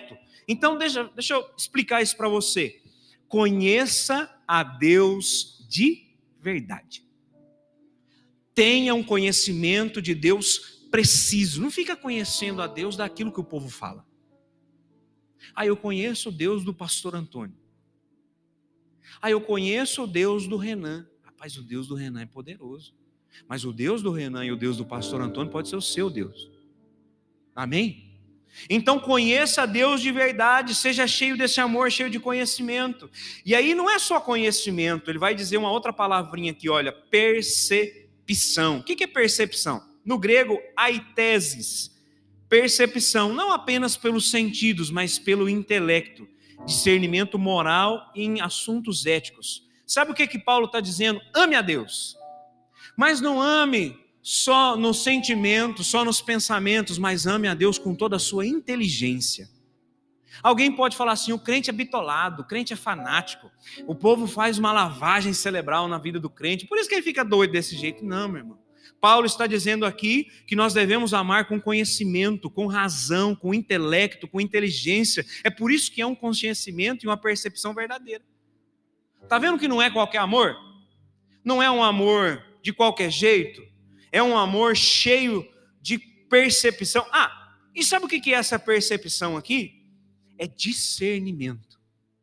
Então, deixa, deixa eu explicar isso para você. Conheça a Deus de verdade. Tenha um conhecimento de Deus preciso. Não fica conhecendo a Deus daquilo que o povo fala. Ah, eu conheço o Deus do pastor Antônio. Ah, eu conheço o Deus do Renan. Rapaz, o Deus do Renan é poderoso. Mas o Deus do Renan e o Deus do pastor Antônio pode ser o seu Deus. Amém? Então conheça a Deus de verdade, seja cheio desse amor, cheio de conhecimento. E aí não é só conhecimento, ele vai dizer uma outra palavrinha aqui, olha, percepção. O que é percepção? No grego, aitesis. Percepção, não apenas pelos sentidos, mas pelo intelecto. Discernimento moral em assuntos éticos. Sabe o que que Paulo está dizendo? Ame a Deus. Mas não ame só no sentimento, só nos pensamentos, mas ame a Deus com toda a sua inteligência. Alguém pode falar assim, o crente é bitolado, o crente é fanático, o povo faz uma lavagem cerebral na vida do crente, por isso que ele fica doido desse jeito. Não, meu irmão. Paulo está dizendo aqui que nós devemos amar com conhecimento, com razão, com intelecto, com inteligência. É por isso que é um conhecimento e uma percepção verdadeira. Está vendo que não é qualquer amor? Não é um amor de qualquer jeito. É um amor cheio de percepção. Ah, e sabe o que é essa percepção aqui? É discernimento.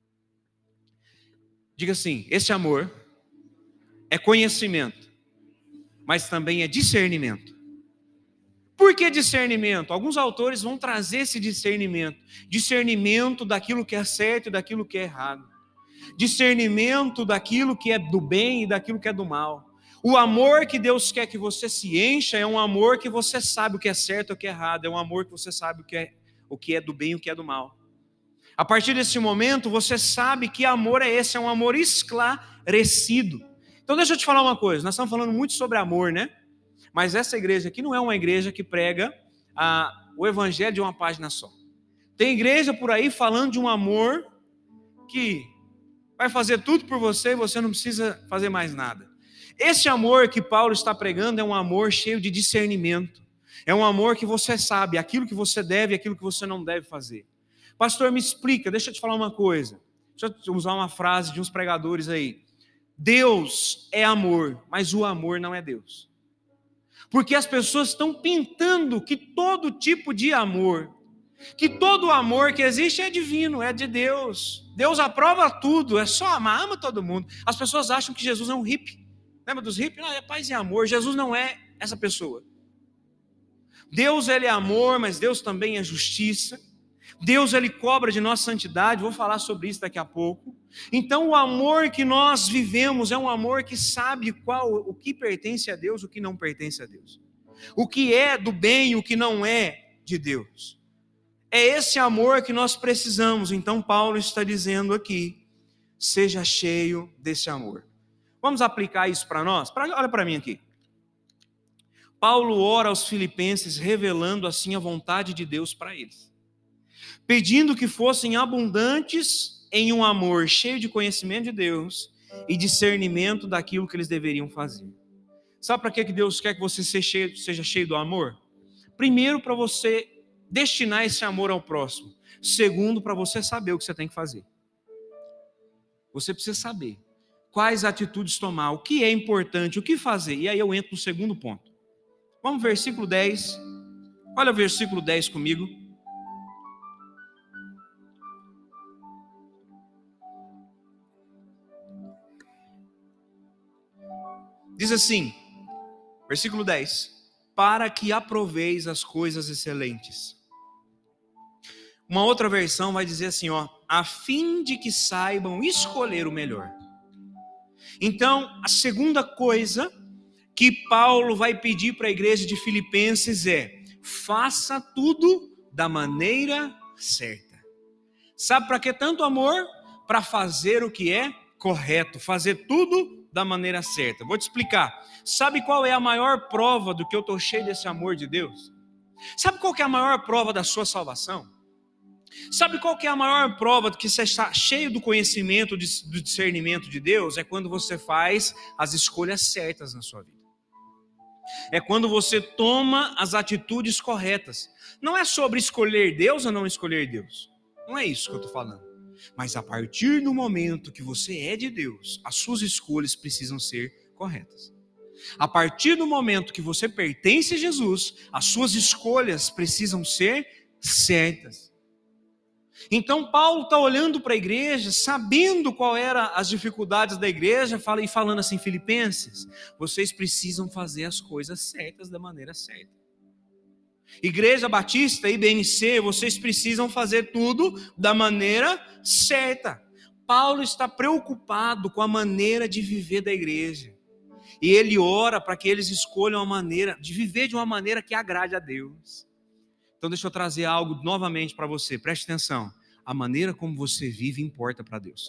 Diga assim, esse amor é conhecimento, mas também é discernimento. Por que discernimento? Alguns autores vão trazer esse discernimento. Discernimento daquilo que é certo e daquilo que é errado. Discernimento daquilo que é do bem e daquilo que é do mal. O amor que Deus quer que você se encha é um amor que você sabe o que é certo e o que é errado. É um amor que você sabe o que é, o que é do bem e o que é do mal. A partir desse momento, você sabe que amor é esse, é um amor esclarecido. Então deixa eu te falar uma coisa, nós estamos falando muito sobre amor, né? Mas essa igreja aqui não é uma igreja que prega ah, o evangelho de uma página só. Tem igreja por aí falando de um amor que vai fazer tudo por você e você não precisa fazer mais nada. Esse amor que Paulo está pregando é um amor cheio de discernimento. É um amor que você sabe aquilo que você deve e aquilo que você não deve fazer. Pastor, me explica, deixa eu te falar uma coisa. Deixa eu usar uma frase de uns pregadores aí. Deus é amor, mas o amor não é Deus. Porque as pessoas estão pintando que todo tipo de amor, que todo amor que existe é divino, é de Deus. Deus aprova tudo, é só amar, ama todo mundo. As pessoas acham que Jesus é um hippie. Lembra dos hippies? Não, é paz e amor. Jesus não é essa pessoa. Deus, ele é amor, mas Deus também é justiça. Deus, ele cobra de nossa santidade. Vou falar sobre isso daqui a pouco. Então, o amor que nós vivemos é um amor que sabe qual, o que pertence a Deus, o que não pertence a Deus. O que é do bem e o que não é de Deus. É esse amor que nós precisamos. Então, Paulo está dizendo aqui, seja cheio desse amor. Vamos aplicar isso para nós? Olha para mim aqui. Paulo ora aos filipenses, revelando assim a vontade de Deus para eles. Pedindo que fossem abundantes em um amor cheio de conhecimento de Deus e discernimento daquilo que eles deveriam fazer. Sabe para que Deus quer que você seja cheio, seja cheio do amor? Primeiro, para você destinar esse amor ao próximo. Segundo, para você saber o que você tem que fazer. Você precisa saber quais atitudes tomar, o que é importante, o que fazer. E aí eu entro no segundo ponto. Vamos ao versículo dez. Olha o versículo dez comigo. Diz assim, versículo dez. Para que aproveis as coisas excelentes. Uma outra versão vai dizer assim, ó, a fim de que saibam escolher o melhor. Então, a segunda coisa que Paulo vai pedir para a igreja de Filipenses é: faça tudo da maneira certa. Sabe para que tanto amor? Para fazer o que é correto, fazer tudo da maneira certa. Vou te explicar. Sabe qual é a maior prova do que eu estou cheio desse amor de Deus? Sabe qual que é a maior prova da sua salvação? Sabe qual que é a maior prova de que você está cheio do conhecimento, do discernimento de Deus? É quando você faz as escolhas certas na sua vida. É quando você toma as atitudes corretas. Não é sobre escolher Deus ou não escolher Deus. Não é isso que eu estou falando. Mas a partir do momento que você é de Deus, as suas escolhas precisam ser corretas. A partir do momento que você pertence a Jesus, as suas escolhas precisam ser certas. Então Paulo está olhando para a igreja, sabendo qual eram as dificuldades da igreja, e falando assim: Filipenses, vocês precisam fazer as coisas certas da maneira certa. Igreja Batista, I B N C, vocês precisam fazer tudo da maneira certa. Paulo está preocupado com a maneira de viver da igreja. E ele ora para que eles escolham a maneira de viver de uma maneira que agrade a Deus. Então deixa eu trazer algo novamente para você, preste atenção. A maneira como você vive importa para Deus.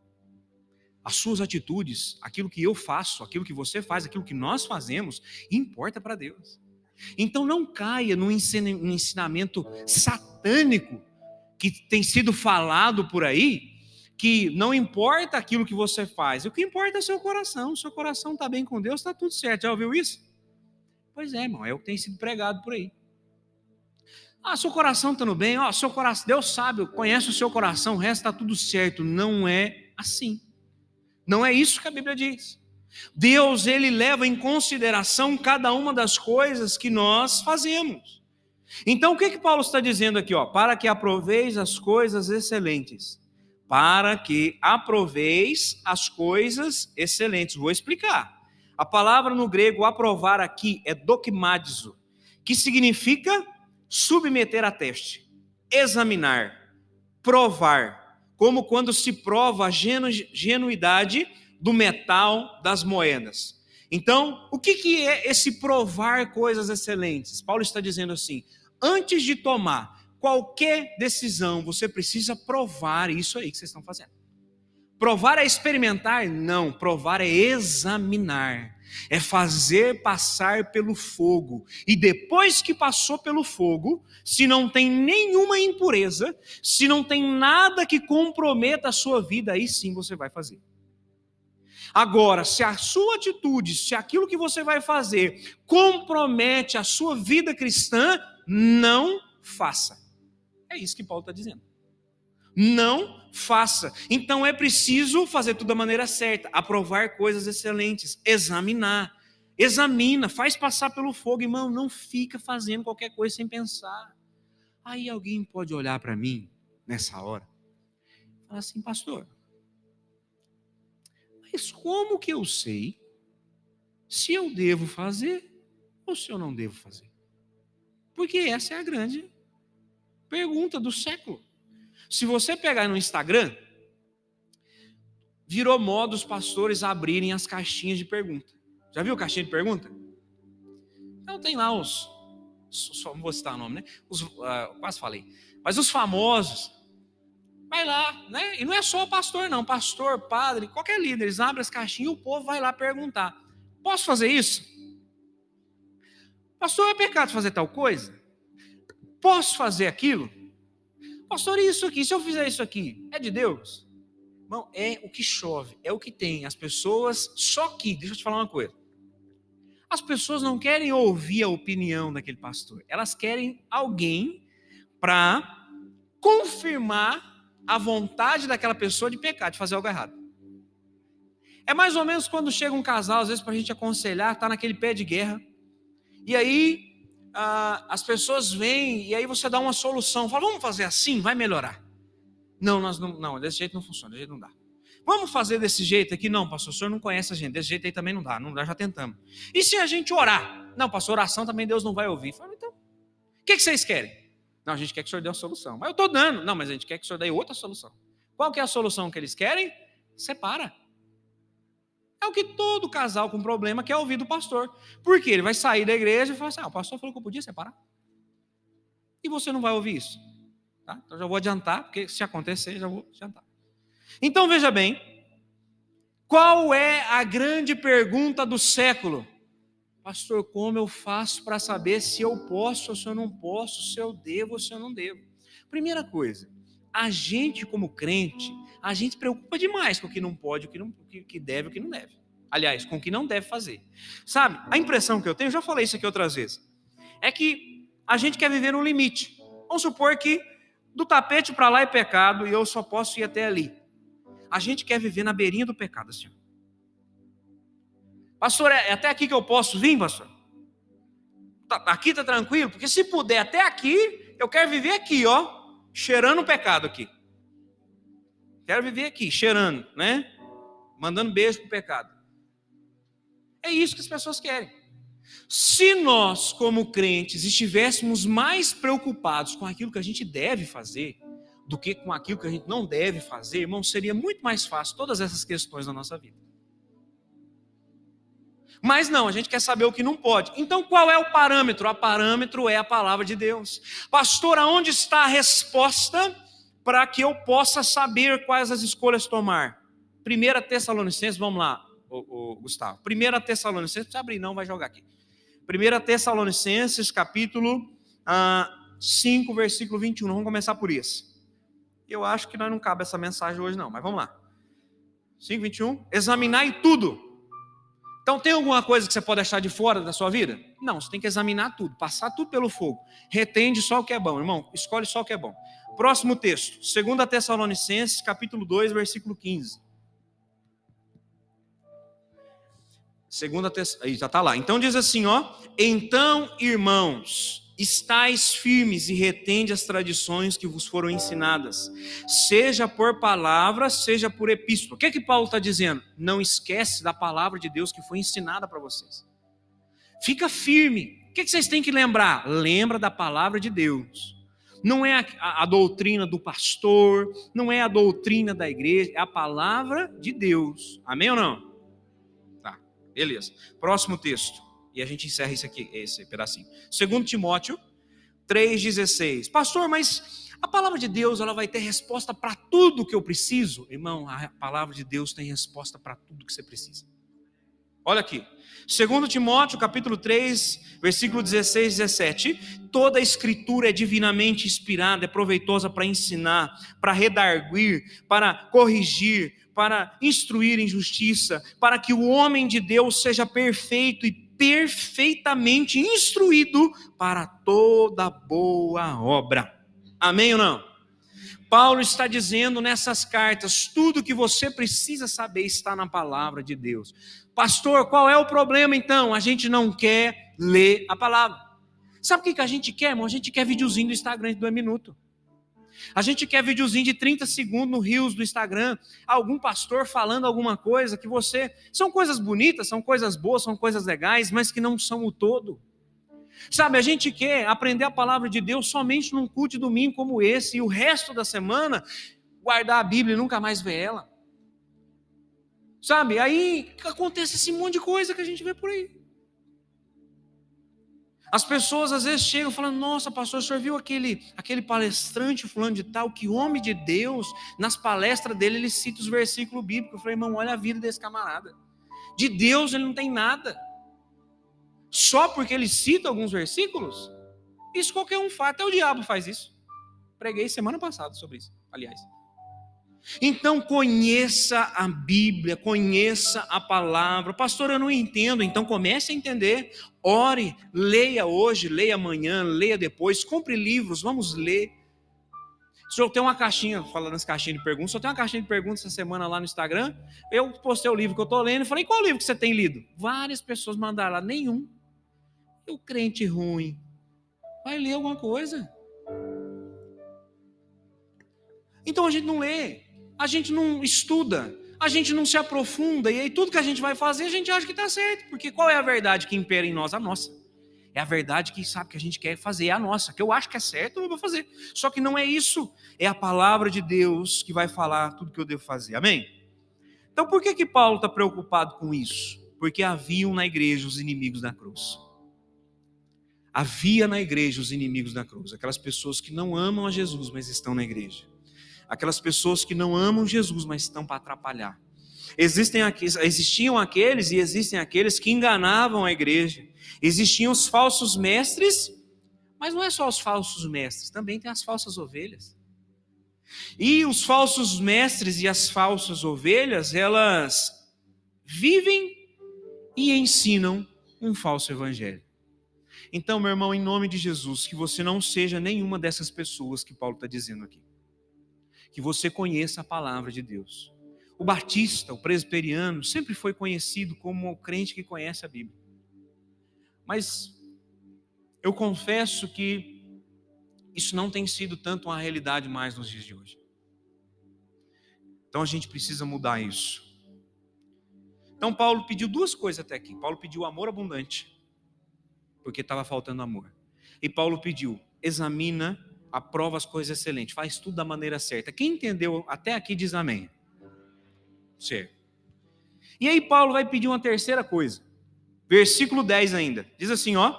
As suas atitudes, aquilo que eu faço, aquilo que você faz, aquilo que nós fazemos, importa para Deus. Então não caia num ensinamento satânico que tem sido falado por aí, que não importa aquilo que você faz, o que importa é o seu coração. O seu coração está bem com Deus, está tudo certo. Já ouviu isso? Pois é, irmão, é o que tem sido pregado por aí. Ah, seu coração está no bem, ó, seu coração, Deus sabe, conhece o seu coração, o resto está tudo certo. Não é assim. Não é isso que a Bíblia diz. Deus, ele leva em consideração cada uma das coisas que nós fazemos. Então o que que Paulo está dizendo aqui, ó? Para que aproveis as coisas excelentes. Para que aproveis as coisas excelentes. Vou explicar. A palavra no grego aprovar aqui é dokimadizo, que significa submeter a teste, examinar, provar, como quando se prova a genu- genuidade do metal das moedas. Então, o que que é esse provar coisas excelentes? Paulo está dizendo assim: antes de tomar qualquer decisão, você precisa provar isso aí que vocês estão fazendo. Provar é experimentar? Não, provar é examinar, é fazer passar pelo fogo. E depois que passou pelo fogo, se não tem nenhuma impureza, se não tem nada que comprometa a sua vida, aí sim você vai fazer. Agora, se a sua atitude, se aquilo que você vai fazer compromete a sua vida cristã, não faça. É isso que Paulo está dizendo. Não faça. Então é preciso fazer tudo da maneira certa, aprovar coisas excelentes, examinar. Examina, faz passar pelo fogo, irmão, não fica fazendo qualquer coisa sem pensar. Aí alguém pode olhar para mim nessa hora e falar assim: pastor, mas como que eu sei se eu devo fazer ou se eu não devo fazer? Porque essa é a grande pergunta do século. Se você pegar no Instagram, virou moda os pastores abrirem as caixinhas de pergunta. Já viu caixinha de pergunta? Então tem lá os, só não vou citar o nome, né? Os, uh, quase falei. Mas os famosos, vai lá, né? E não é só o pastor não, pastor, padre, qualquer líder, eles abrem as caixinhas e o povo vai lá perguntar: posso fazer isso? Pastor, é pecado fazer tal coisa? Posso fazer aquilo? Pastor, isso aqui, se eu fizer isso aqui, é de Deus? Não, é o que chove, é o que tem. As pessoas, só que, deixa eu te falar uma coisa. As pessoas não querem ouvir a opinião daquele pastor. Elas querem alguém para confirmar a vontade daquela pessoa de pecar, de fazer algo errado. É mais ou menos quando chega um casal, às vezes para a gente aconselhar, está naquele pé de guerra, e aí ah, as pessoas vêm, e aí você dá uma solução, fala: vamos fazer assim, vai melhorar. Não, nós não, não, desse jeito não funciona, desse jeito não dá. Vamos fazer desse jeito aqui? Não, pastor, o senhor não conhece a gente, desse jeito aí também não dá, não dá, já tentamos. E se a gente orar? Não, pastor, oração também Deus não vai ouvir. Fala: então, o que, que vocês querem? Não, a gente quer que o senhor dê uma solução. Mas eu estou dando. Não, mas a gente quer que o senhor dê outra solução. Qual que é a solução que eles querem? Separa. É o que todo casal com problema quer ouvir do pastor. Por quê? Ele vai sair da igreja e falar assim: ah, o pastor falou que eu podia separar. E você não vai ouvir isso. Tá? Então já vou adiantar, porque se acontecer, já vou adiantar. Então veja bem, qual é a grande pergunta do século? Pastor, como eu faço para saber se eu posso ou se eu não posso, se eu devo ou se eu não devo? Primeira coisa, a gente como crente, a gente se preocupa demais com o que não pode, o que, não, o que deve e o que não deve. Aliás, com o que não deve fazer. Sabe, a impressão que eu tenho, eu já falei isso aqui outras vezes, é que a gente quer viver no limite. Vamos supor que Do tapete para lá é pecado e eu só posso ir até ali. A gente quer viver na beirinha do pecado, assim. Pastor, é até aqui que eu posso vir, pastor? Tá, aqui tá tranquilo? Porque se puder até aqui, eu quero viver aqui, ó, cheirando o pecado aqui. Quero viver aqui, cheirando, né? Mandando beijo pro pecado. É isso que as pessoas querem. Se nós, como crentes, estivéssemos mais preocupados com aquilo que a gente deve fazer do que com aquilo que a gente não deve fazer, irmão, seria muito mais fácil todas essas questões na nossa vida. Mas não, a gente quer saber o que não pode. Então qual é o parâmetro? O parâmetro é a palavra de Deus. Pastor, aonde está a resposta para que eu possa saber quais as escolhas tomar? Primeira Tessalonicenses, vamos lá, ô, ô, Gustavo. Primeira Tessalonicenses, não precisa abrir não, vai jogar aqui. Primeira Tessalonicenses, capítulo ah, cinco, versículo vinte e um. Vamos começar por isso. Eu acho que nós não cabe essa mensagem hoje não, mas vamos lá. cinco, vinte e um. Examinai tudo. Então tem alguma coisa que você pode deixar de fora da sua vida? Não, você tem que examinar tudo, passar tudo pelo fogo. Retende só o que é bom, irmão. Escolhe só o que é bom. Próximo texto. Segunda Tessalonicenses, capítulo dois, versículo quinze. Segunda Tessalonicenses, já está lá. Então diz assim, ó. Então, irmãos, estais firmes e retende as tradições que vos foram ensinadas, seja por palavra, seja por epístola. O que é que Paulo está dizendo? Não esquece da palavra de Deus que foi ensinada para vocês. Fica firme. O que é que vocês têm que lembrar? Lembra da palavra de Deus. Não é a, a, a doutrina do pastor, não é a doutrina da igreja, é a palavra de Deus. Amém ou não? Tá, beleza. Próximo texto. E a gente encerra isso aqui, esse pedacinho. Segundo Timóteo três, dezesseis. Pastor, mas a palavra de Deus ela vai ter resposta para tudo que eu preciso? Irmão, a palavra de Deus tem resposta para tudo que você precisa. Olha aqui. Segundo Timóteo, capítulo três, versículo dezesseis e dezessete. Toda a escritura é divinamente inspirada, é proveitosa para ensinar, para redarguir, para corrigir, para instruir em justiça, para que o homem de Deus seja perfeito e perfeitamente instruído para toda boa obra. Amém ou não? Paulo está dizendo nessas cartas, tudo que você precisa saber está na palavra de Deus. Pastor, qual é o problema então? A gente não quer ler a palavra. Sabe o que a gente quer, irmão? A gente quer videozinho do Instagram de dois minutos. A gente quer videozinho de trinta segundos no Reels do Instagram, algum pastor falando alguma coisa que você... São coisas bonitas, são coisas boas, são coisas legais, mas que não são o todo. Sabe, a gente quer aprender a palavra de Deus somente num culto de domingo como esse, e o resto da semana guardar a Bíblia e nunca mais ver ela. Sabe, aí acontece esse monte de coisa que a gente vê por aí. As pessoas às vezes chegam falando, nossa pastor, o senhor viu aquele, aquele palestrante fulano de tal, que homem de Deus, nas palestras dele ele cita os versículos bíblicos. Eu falei, irmão, olha a vida desse camarada. De Deus ele não tem nada. Só porque ele cita alguns versículos? Isso qualquer um faz, até o diabo faz isso. Preguei semana passada sobre isso, aliás. Então conheça a Bíblia, conheça a palavra. Pastor, eu não entendo. Então comece a entender. Ore, leia hoje, leia amanhã, leia depois. Compre livros, vamos ler. Se eu tenho uma caixinha, falando nas caixinhas de perguntas, se eu tenho uma caixinha de perguntas essa semana lá no Instagram, eu postei o livro que eu estou lendo e falei, qual livro que você tem lido? Várias pessoas mandaram lá, nenhum. E o crente ruim vai ler alguma coisa. Então a gente não lê. A gente não estuda, a gente não se aprofunda, e aí tudo que a gente vai fazer, a gente acha que está certo, porque qual é a verdade que impera em nós? A nossa. É a verdade que sabe que a gente quer fazer, é a nossa, que eu acho que é certo, eu vou fazer. Só que não é isso, é a palavra de Deus que vai falar tudo que eu devo fazer, amém? Então por que que Paulo está preocupado com isso? Porque haviam na igreja os inimigos da cruz. Havia na igreja os inimigos da cruz, aquelas pessoas que não amam a Jesus, mas estão na igreja. Aquelas pessoas que não amam Jesus, mas estão para atrapalhar. Existem, existiam aqueles e existem aqueles que enganavam a igreja. Existiam os falsos mestres, mas não é só os falsos mestres, também tem as falsas ovelhas. E os falsos mestres e as falsas ovelhas, elas vivem e ensinam um falso evangelho. Então, meu irmão, em nome de Jesus, que você não seja nenhuma dessas pessoas que Paulo está dizendo aqui. Que você conheça a palavra de Deus. O batista, o presbiteriano, sempre foi conhecido como o crente que conhece a Bíblia. Mas eu confesso que isso não tem sido tanto uma realidade mais nos dias de hoje. Então a gente precisa mudar isso. Então Paulo pediu duas coisas até aqui. Paulo pediu amor abundante, porque estava faltando amor. E Paulo pediu, examina, aprova as coisas excelentes, faz tudo da maneira certa. Quem entendeu até aqui diz amém. Certo. E aí Paulo vai pedir uma terceira coisa. Versículo dez ainda. Diz assim, ó.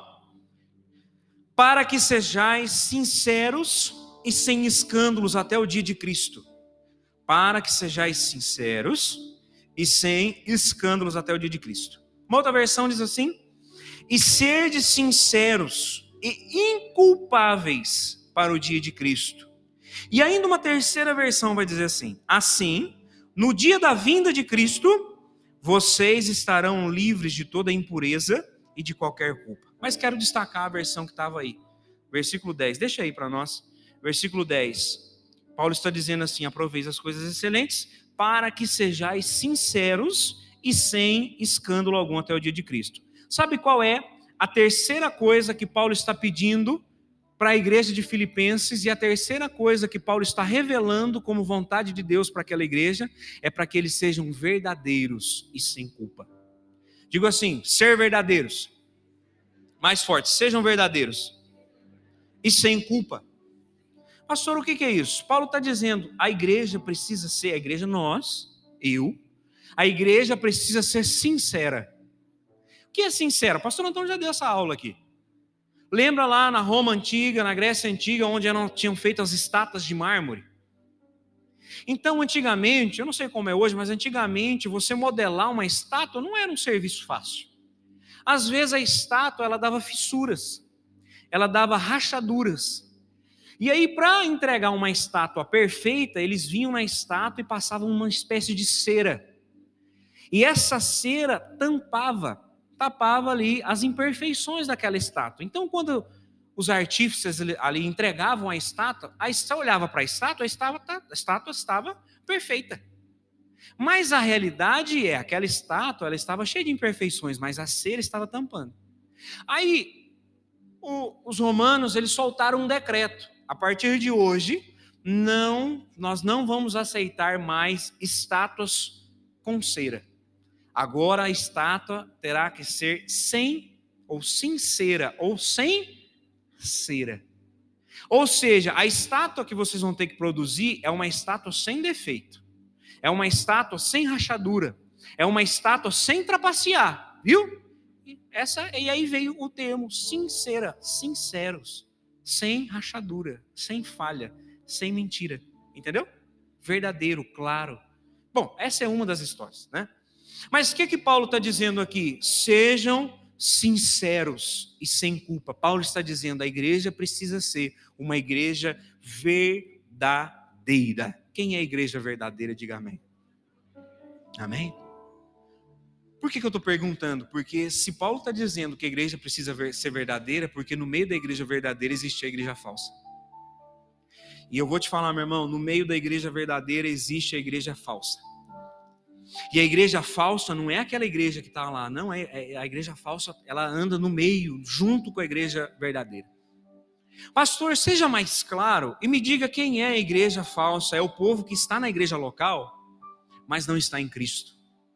Para que sejais sinceros e sem escândalos até o dia de Cristo. Para que sejais sinceros e sem escândalos até o dia de Cristo. Uma outra versão diz assim. E serdes sinceros e inculpáveis para o dia de Cristo. E ainda uma terceira versão vai dizer assim. Assim, no dia da vinda de Cristo, vocês estarão livres de toda impureza e de qualquer culpa. Mas quero destacar a versão que estava aí. Versículo dez, deixa aí para nós. Versículo dez. Paulo está dizendo assim, aproveis as coisas excelentes, para que sejais sinceros e sem escândalo algum até o dia de Cristo. Sabe qual é a terceira coisa que Paulo está pedindo para a igreja de Filipenses, e a terceira coisa que Paulo está revelando como vontade de Deus para aquela igreja, é para que eles sejam verdadeiros e sem culpa. Digo assim, ser verdadeiros. Mais forte, sejam verdadeiros e sem culpa. Pastor, o que é isso? Paulo está dizendo, a igreja precisa ser, a igreja nós, eu, a igreja precisa ser sincera. O que é sincera? Pastor Antônio já deu essa aula aqui. Lembra lá na Roma antiga, na Grécia antiga, onde eram, tinham feito as estátuas de mármore? Então, antigamente, eu não sei como é hoje, mas antigamente, você modelar uma estátua não era um serviço fácil. Às vezes a estátua, ela dava fissuras, ela dava rachaduras. E aí, para entregar uma estátua perfeita, eles vinham na estátua e passavam uma espécie de cera. E essa cera tampava, tapava ali as imperfeições daquela estátua. Então, quando os artífices ali entregavam a estátua, a estátua olhava para a estátua, a estátua, a estátua estava perfeita. Mas a realidade é, aquela estátua ela estava cheia de imperfeições, mas a cera estava tampando. Aí, o, os romanos eles soltaram um decreto. A partir de hoje, não, nós não vamos aceitar mais estátuas com cera. Agora a estátua terá que ser sem ou sincera ou sem cera. Ou seja, a estátua que vocês vão ter que produzir é uma estátua sem defeito. É uma estátua sem rachadura. É uma estátua sem trapacear, viu? E, essa, e aí veio o termo sincera, sinceros, sem rachadura, sem falha, sem mentira. Entendeu? Verdadeiro, claro. Bom, essa é uma das histórias, né? Mas o que que Paulo está dizendo aqui? Sejam sinceros e sem culpa. Paulo está dizendo a igreja precisa ser uma igreja verdadeira. Quem é a igreja verdadeira? Diga amém. Amém? Por que que eu estou perguntando? Porque se Paulo está dizendo que a igreja precisa ser verdadeira, porque no meio da igreja verdadeira existe a igreja falsa. E eu vou te falar, meu irmão, no meio da igreja verdadeira existe a igreja falsa. E a igreja falsa não é aquela igreja que está lá, não, é, é a igreja falsa, ela anda no meio, junto com a igreja verdadeira. Pastor, seja mais claro e me diga quem é a igreja falsa. É o povo que está na igreja local, mas não está em Cristo.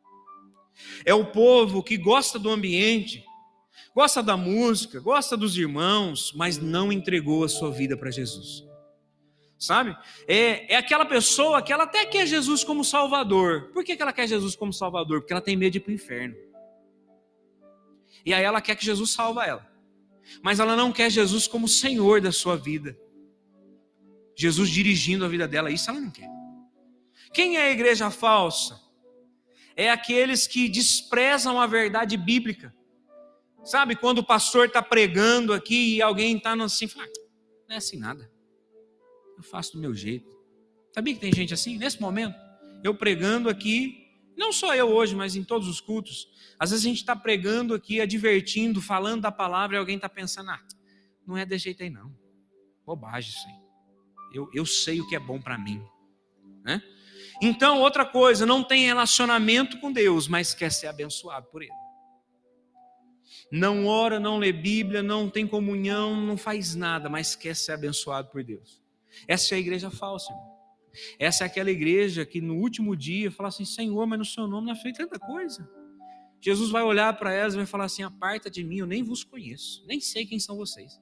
É o povo que gosta do ambiente, gosta da música, gosta dos irmãos, mas não entregou a sua vida para Jesus. Sabe? É, é aquela pessoa que ela até quer Jesus como Salvador. Por que que ela quer Jesus como Salvador? Porque ela tem medo de ir para o inferno. E aí ela quer que Jesus salve ela. Mas ela não quer Jesus como Senhor da sua vida. Jesus dirigindo a vida dela, isso ela não quer. Quem é a igreja falsa? É aqueles que desprezam a verdade bíblica. Sabe, quando o pastor está pregando aqui e alguém está assim, fala, não é assim nada. Eu faço do meu jeito. Sabia que tem gente assim? Nesse momento, eu pregando aqui, Não só eu hoje, mas em todos os cultos. Às vezes a gente está pregando aqui, advertindo, falando da palavra, e alguém está pensando, ah, não é desse jeito aí não. Bobagem isso aí. Eu, eu sei o que é bom para mim. Né? Então, outra coisa, não tem relacionamento com Deus, mas quer ser abençoado por Ele. Não ora, não lê Bíblia, não tem comunhão, não faz nada, mas quer ser abençoado por Deus. Essa é a igreja falsa, irmão. Essa é aquela igreja que no último dia fala assim, Senhor, mas no seu nome não é feito tanta coisa. Jesus vai olhar para elas e vai falar assim, aparta de mim, eu nem vos conheço, nem sei quem são vocês.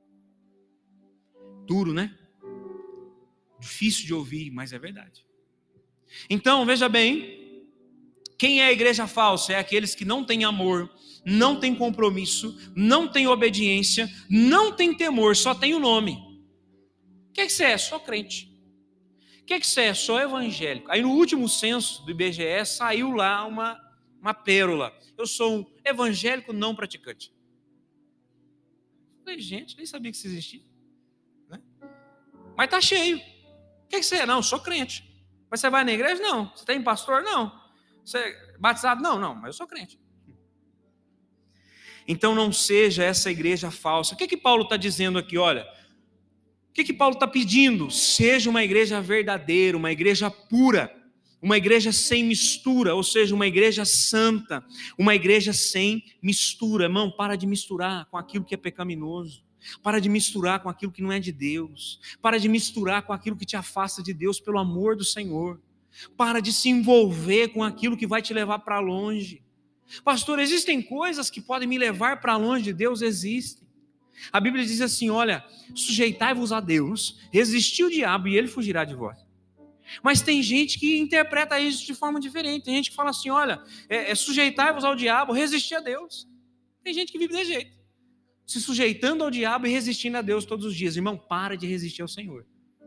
Duro, né? Difícil de ouvir, mas é verdade. Então, veja bem, quem é a igreja falsa? É aqueles que não têm amor, não têm compromisso, não têm obediência, não têm temor, só tem o nome. O que é que você é? Sou crente. O que é que você é? Sou evangélico. Aí no último censo do I B G E saiu lá uma, uma pérola. Eu sou um evangélico não praticante. Eu falei, gente, nem sabia que isso existia. Né? Mas tá cheio. O que é que você é? Não, sou crente. Mas você vai na igreja? Não. Você tem pastor? Não. Você é batizado? Não, não, mas eu sou crente. Então não seja essa igreja falsa. O que é que Paulo está dizendo aqui? Olha, o que é que Paulo está pedindo? Seja uma igreja verdadeira, uma igreja pura, uma igreja sem mistura, ou seja, uma igreja santa, uma igreja sem mistura. Irmão, para de misturar com aquilo que é pecaminoso. Para de misturar com aquilo que não é de Deus. Para de misturar com aquilo que te afasta de Deus, pelo amor do Senhor. Para de se envolver com aquilo que vai te levar para longe. Pastor, existem coisas que podem me levar para longe de Deus? Existem. A Bíblia diz assim, olha, sujeitai-vos a Deus, resisti o diabo e ele fugirá de vós. Mas tem gente que interpreta isso de forma diferente. Tem gente que fala assim, olha, é, é sujeitai-vos ao diabo, resistir a Deus. Tem gente que vive desse jeito. Se sujeitando ao diabo e resistindo a Deus todos os dias. Irmão, para de resistir ao Senhor.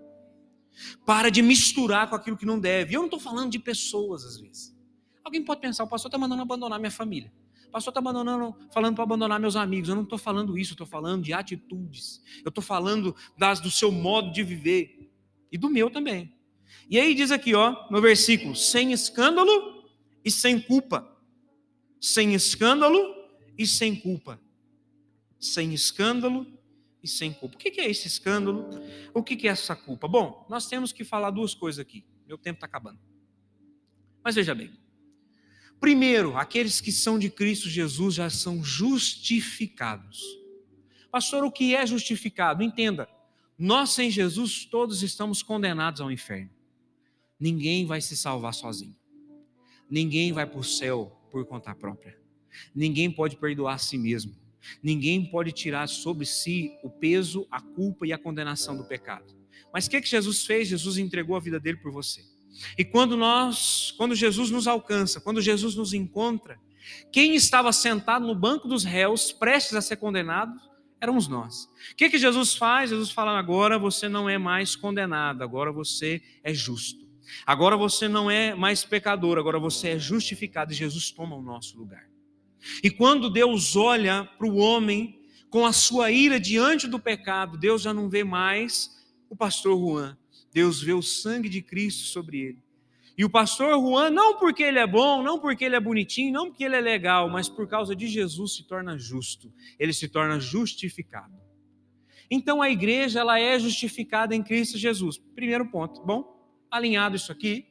Para de misturar com aquilo que não deve. E eu não estou falando de pessoas, às vezes. Alguém pode pensar, o pastor está mandando abandonar minha família. O pastor está abandonando, falando para abandonar meus amigos. Eu não estou falando isso, eu estou falando de atitudes. Eu estou falando das, do seu modo de viver. E do meu também. E aí diz aqui, ó, no versículo, sem escândalo e sem culpa. Sem escândalo e sem culpa. Sem escândalo e sem culpa. O que é esse escândalo? O que é essa culpa? Bom, nós temos que falar duas coisas aqui. Meu tempo está acabando. Mas veja bem. Primeiro, aqueles que são de Cristo Jesus já são justificados. Pastor, o que é justificado? Entenda, nós sem Jesus todos estamos condenados ao inferno. Ninguém vai se salvar sozinho. Ninguém vai para o céu por conta própria. Ninguém pode perdoar a si mesmo. Ninguém pode tirar sobre si o peso, a culpa e a condenação do pecado. Mas o que, que Jesus fez? Jesus entregou a vida dele por você. E quando nós, quando Jesus nos alcança, quando Jesus nos encontra, quem estava sentado no banco dos réus, prestes a ser condenado, éramos nós. O que, que Jesus faz? Jesus fala, agora você não é mais condenado, agora você é justo. Agora você não é mais pecador, agora você é justificado e Jesus toma o nosso lugar. E quando Deus olha para o homem com a sua ira diante do pecado, Deus já não vê mais o pastor Juan. Deus vê o sangue de Cristo sobre ele. E o pastor Juan, não porque ele é bom, não porque ele é bonitinho, não porque ele é legal, mas por causa de Jesus se torna justo. Ele se torna justificado. Então a igreja ela é justificada em Cristo Jesus. Primeiro ponto. Bom, alinhado isso aqui.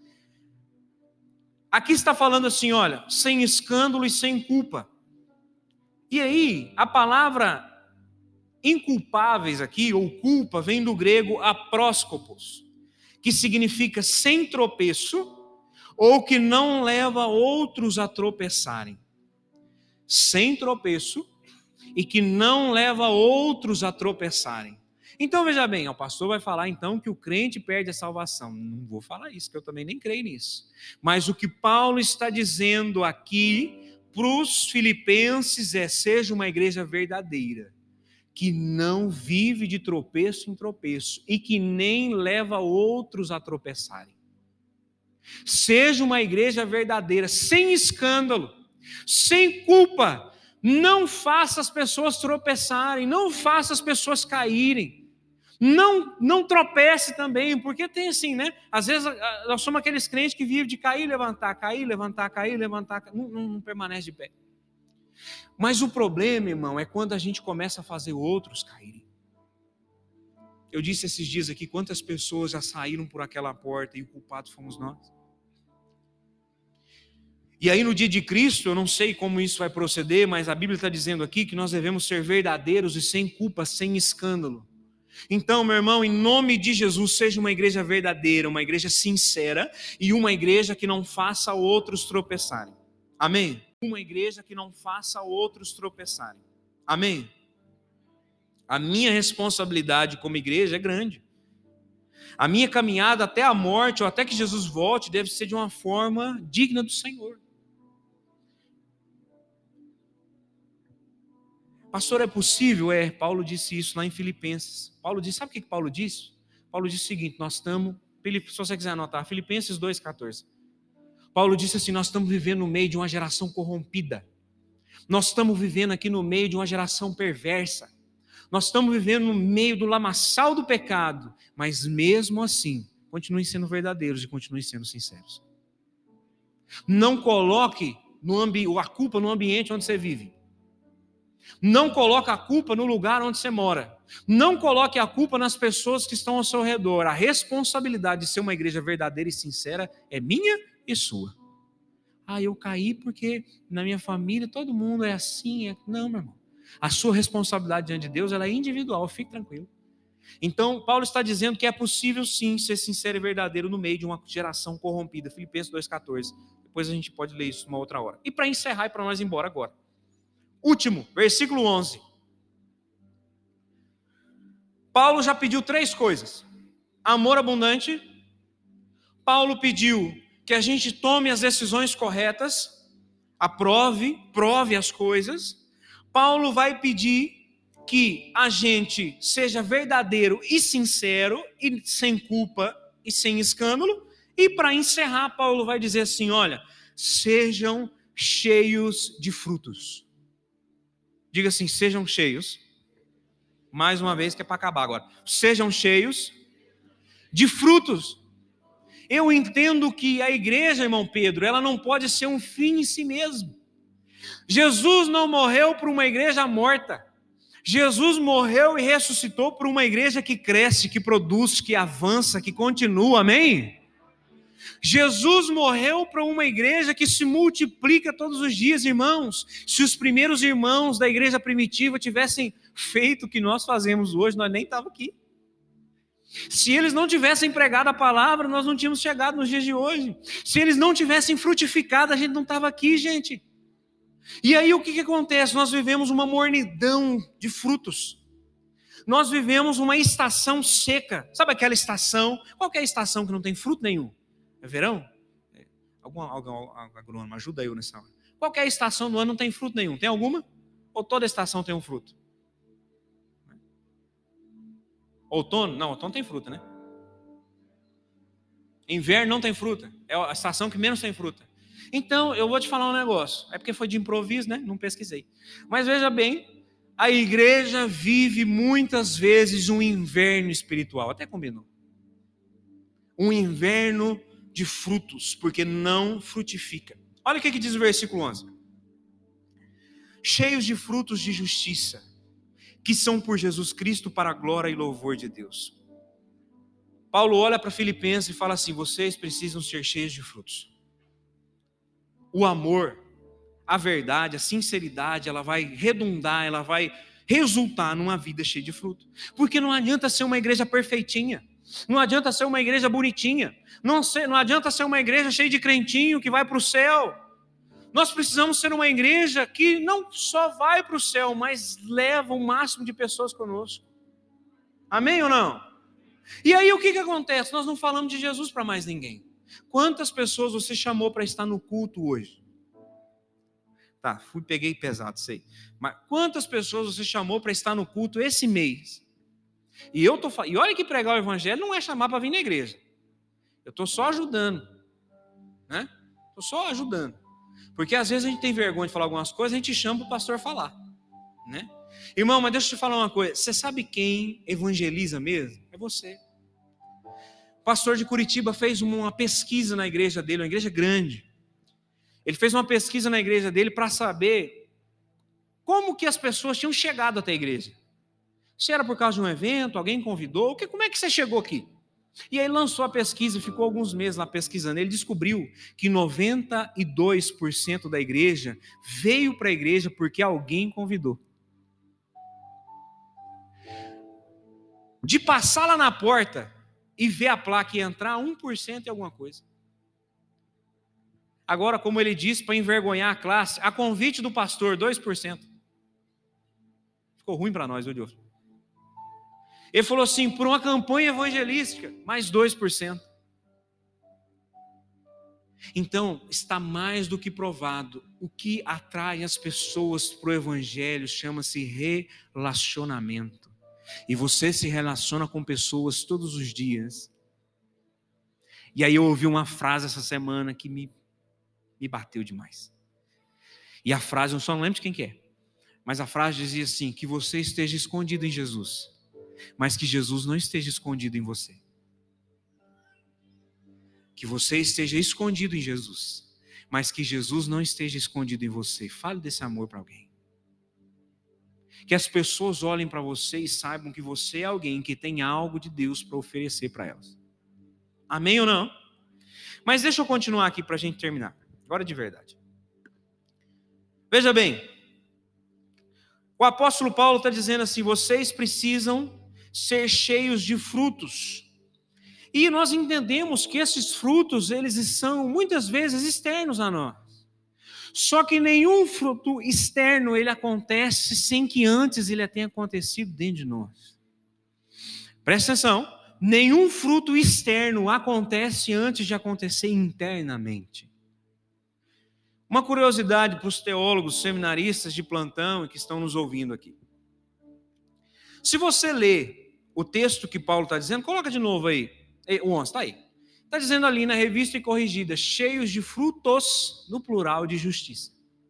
Aqui está falando assim, olha, sem escândalo e sem culpa. E aí, a palavra inculpáveis aqui, ou culpa, vem do grego apróskopos, que significa sem tropeço, ou que não leva outros a tropeçarem. Sem tropeço, e que não leva outros a tropeçarem. Então, veja bem, o pastor vai falar então que o crente perde a salvação. Não vou falar isso, que eu também nem creio nisso. Mas o que Paulo está dizendo aqui para os filipenses é, seja uma igreja verdadeira, que não vive de tropeço em tropeço e que nem leva outros a tropeçarem. Seja uma igreja verdadeira, sem escândalo, sem culpa. Não faça as pessoas tropeçarem, não faça as pessoas caírem. Não, não tropece também, porque tem assim, né? Às vezes nós somos aqueles crentes que vivem de cair, levantar, cair, levantar, cair, levantar, não, não, não permanece de pé. Mas o problema, irmão, é quando a gente começa a fazer outros caírem. Eu disse esses dias aqui, quantas pessoas já saíram por aquela porta e o culpado fomos nós. E aí no dia de Cristo, eu não sei como isso vai proceder, mas a Bíblia está dizendo aqui que nós devemos ser verdadeiros e sem culpa, sem escândalo. Então, meu irmão, em nome de Jesus, seja uma igreja verdadeira, uma igreja sincera e uma igreja que não faça outros tropeçarem. Amém? Uma igreja que não faça outros tropeçarem. Amém? A minha responsabilidade como igreja é grande. A minha caminhada até a morte, ou até que Jesus volte, deve ser de uma forma digna do Senhor. Pastor, é possível? É, Paulo disse isso lá em Filipenses. Paulo disse, sabe o que Paulo disse? Paulo disse o seguinte, nós estamos, se você quiser anotar, Filipenses dois, catorze. Paulo disse assim, nós estamos vivendo no meio de uma geração corrompida. Nós estamos vivendo aqui no meio de uma geração perversa. Nós estamos vivendo no meio do lamaçal do pecado. Mas mesmo assim, continuem sendo verdadeiros e continuem sendo sinceros. Não coloque no ambi- a culpa no ambiente onde você vive. Não coloque a culpa no lugar onde você mora. Não coloque a culpa nas pessoas que estão ao seu redor. A responsabilidade de ser uma igreja verdadeira e sincera é minha e sua. Ah, eu caí porque na minha família todo mundo é assim. É... Não, meu irmão. A sua responsabilidade diante de Deus ela é individual, fique tranquilo. Então, Paulo está dizendo que é possível sim ser sincero e verdadeiro no meio de uma geração corrompida. Filipenses dois, catorze. Depois a gente pode ler isso uma outra hora. E para encerrar e para nós ir embora agora. Último, versículo onze. Paulo já pediu três coisas. Amor abundante. Paulo pediu que a gente tome as decisões corretas. Aprove, prove as coisas. Paulo vai pedir que a gente seja verdadeiro e sincero, e sem culpa e sem escândalo. E para encerrar, Paulo vai dizer assim, olha, sejam cheios de frutos. Diga assim, sejam cheios. Mais uma vez que é para acabar agora. Sejam cheios de frutos. Eu entendo que a igreja, irmão Pedro, ela não pode ser um fim em si mesmo. Jesus não morreu por uma igreja morta. Jesus morreu e ressuscitou por uma igreja que cresce, que produz, que avança, que continua, amém? Jesus morreu para uma igreja que se multiplica todos os dias, irmãos. Se os primeiros irmãos da igreja primitiva tivessem feito o que nós fazemos hoje, nós nem estávamos aqui. Se eles não tivessem pregado a palavra, nós não tínhamos chegado nos dias de hoje. Se eles não tivessem frutificado, a gente não estava aqui, gente. E aí o que, que acontece? Nós vivemos uma mornidão de frutos. Nós vivemos uma estação seca. Sabe aquela estação? Qual que é a estação que não tem fruto nenhum? É verão? Algum, algum agrônomo, ajuda eu nessa hora. Qual que é a estação do ano que não tem fruto nenhum? Tem alguma? Ou toda estação tem um fruto? Outono? Não, outono tem fruta, né? Inverno não tem fruta. É a estação que menos tem fruta. Então, eu vou te falar um negócio. É porque foi de improviso, né? Não pesquisei. Mas veja bem, a igreja vive muitas vezes um inverno espiritual. Até combinou. Um inverno de frutos, porque não frutifica. Olha o que, que diz o versículo onze. Cheios de frutos de justiça, que são por Jesus Cristo para a glória e louvor de Deus. Paulo olha para Filipenses e fala assim, vocês precisam ser cheios de frutos. O amor, a verdade, a sinceridade, ela vai redundar, ela vai resultar numa vida cheia de fruto. Porque não adianta ser uma igreja perfeitinha. Não adianta ser uma igreja bonitinha. Não, ser, não adianta ser uma igreja cheia de crentinho que vai para o céu. Nós precisamos ser uma igreja que não só vai para o céu, mas leva o máximo de pessoas conosco. Amém ou não? E aí o que, que acontece? Nós não falamos de Jesus para mais ninguém. Quantas pessoas você chamou para estar no culto hoje? Tá, fui, peguei pesado, sei. Mas quantas pessoas você chamou para estar no culto esse mês? E, eu tô, e olha que pregar o evangelho não é chamar para vir na igreja. Eu estou só ajudando. Né? Estou só ajudando. Porque às vezes a gente tem vergonha de falar algumas coisas, a gente chama para o pastor falar. Né? Irmão, mas deixa eu te falar uma coisa. Você sabe quem evangeliza mesmo? É você. O pastor de Curitiba fez uma pesquisa na igreja dele, uma igreja grande. Ele fez uma pesquisa na igreja dele para saber como que as pessoas tinham chegado até a igreja. Se era por causa de um evento, alguém convidou, como é que você chegou aqui? E aí lançou a pesquisa e ficou alguns meses lá pesquisando. Ele descobriu que noventa e dois por cento da igreja veio para a igreja porque alguém convidou. De passar lá na porta e ver a placa e entrar, um por cento e alguma coisa. Agora, como ele disse, para envergonhar a classe, a convite do pastor, dois por cento. Ficou ruim para nós, viu, Deus? Ele falou assim, por uma campanha evangelística, mais dois por cento. Então, está mais do que provado. O que atrai as pessoas para o evangelho chama-se relacionamento. E você se relaciona com pessoas todos os dias. E aí eu ouvi uma frase essa semana que me, me bateu demais. E a frase, eu só não lembro de quem que é. Mas a frase dizia assim, que você esteja escondido em Jesus, mas que Jesus não esteja escondido em você. Que você esteja escondido em Jesus, mas que Jesus não esteja escondido em você. Fale desse amor para alguém. Que as pessoas olhem para você e saibam que você é alguém que tem algo de Deus para oferecer para elas. Amém ou não? Mas deixa eu continuar aqui para a gente terminar. Agora de verdade. Veja bem. O apóstolo Paulo está dizendo assim, vocês precisam ser cheios de frutos. E nós entendemos que esses frutos, eles são muitas vezes externos a nós. Só que nenhum fruto externo ele acontece sem que antes ele tenha acontecido dentro de nós. Presta atenção, nenhum fruto externo acontece antes de acontecer internamente. Uma curiosidade para os teólogos, seminaristas de plantão que estão nos ouvindo aqui. Se você ler o texto que Paulo está dizendo, coloca de novo aí, o onze, está aí. Está dizendo ali na revista e corrigida, cheios de frutos, no plural, de justiça.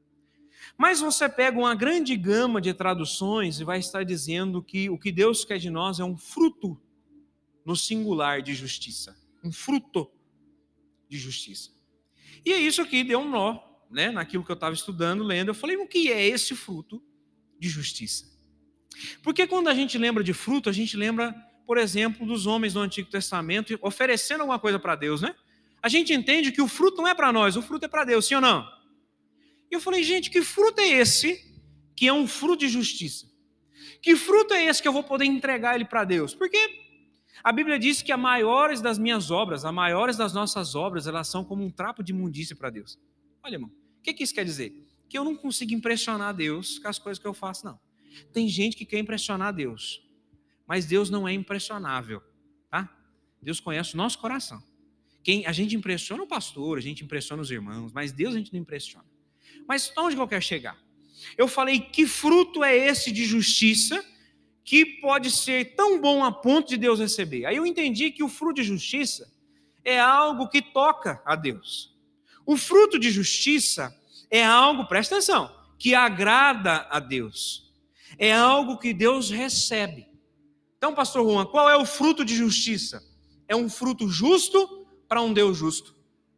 Mas você pega uma grande gama de traduções e vai estar dizendo que o que Deus quer de nós é um fruto, no singular, de justiça. Um fruto de justiça. E é isso aqui deu um nó, né, naquilo que eu estava estudando, lendo. Eu falei, o que é esse fruto de justiça? Porque quando a gente lembra de fruto, a gente lembra, por exemplo, dos homens do Antigo Testamento oferecendo alguma coisa para Deus, né? A gente entende que o fruto não é para nós, o fruto é para Deus, sim ou não? E eu falei, gente, que fruto é esse que é um fruto de justiça? Que fruto é esse que eu vou poder entregar ele para Deus? Porque a Bíblia diz que as maiores das minhas obras, as maiores das nossas obras, elas são como um trapo de imundícia para Deus. Olha, irmão, o que, que isso quer dizer? Que eu não consigo impressionar Deus com as coisas que eu faço, não. Tem gente que quer impressionar Deus, mas Deus não é impressionável, tá? Deus conhece o nosso coração. Quem, a gente impressiona o pastor, a gente impressiona os irmãos, mas Deus a gente não impressiona. Mas onde que eu quero chegar? Eu falei, que fruto é esse de justiça que pode ser tão bom a ponto de Deus receber? Aí eu entendi que o fruto de justiça é algo que toca a Deus. O fruto de justiça é algo, presta atenção, que agrada a Deus. É algo que Deus recebe. Então, pastor Juan, qual é o fruto de justiça? É um fruto justo para um Deus justo.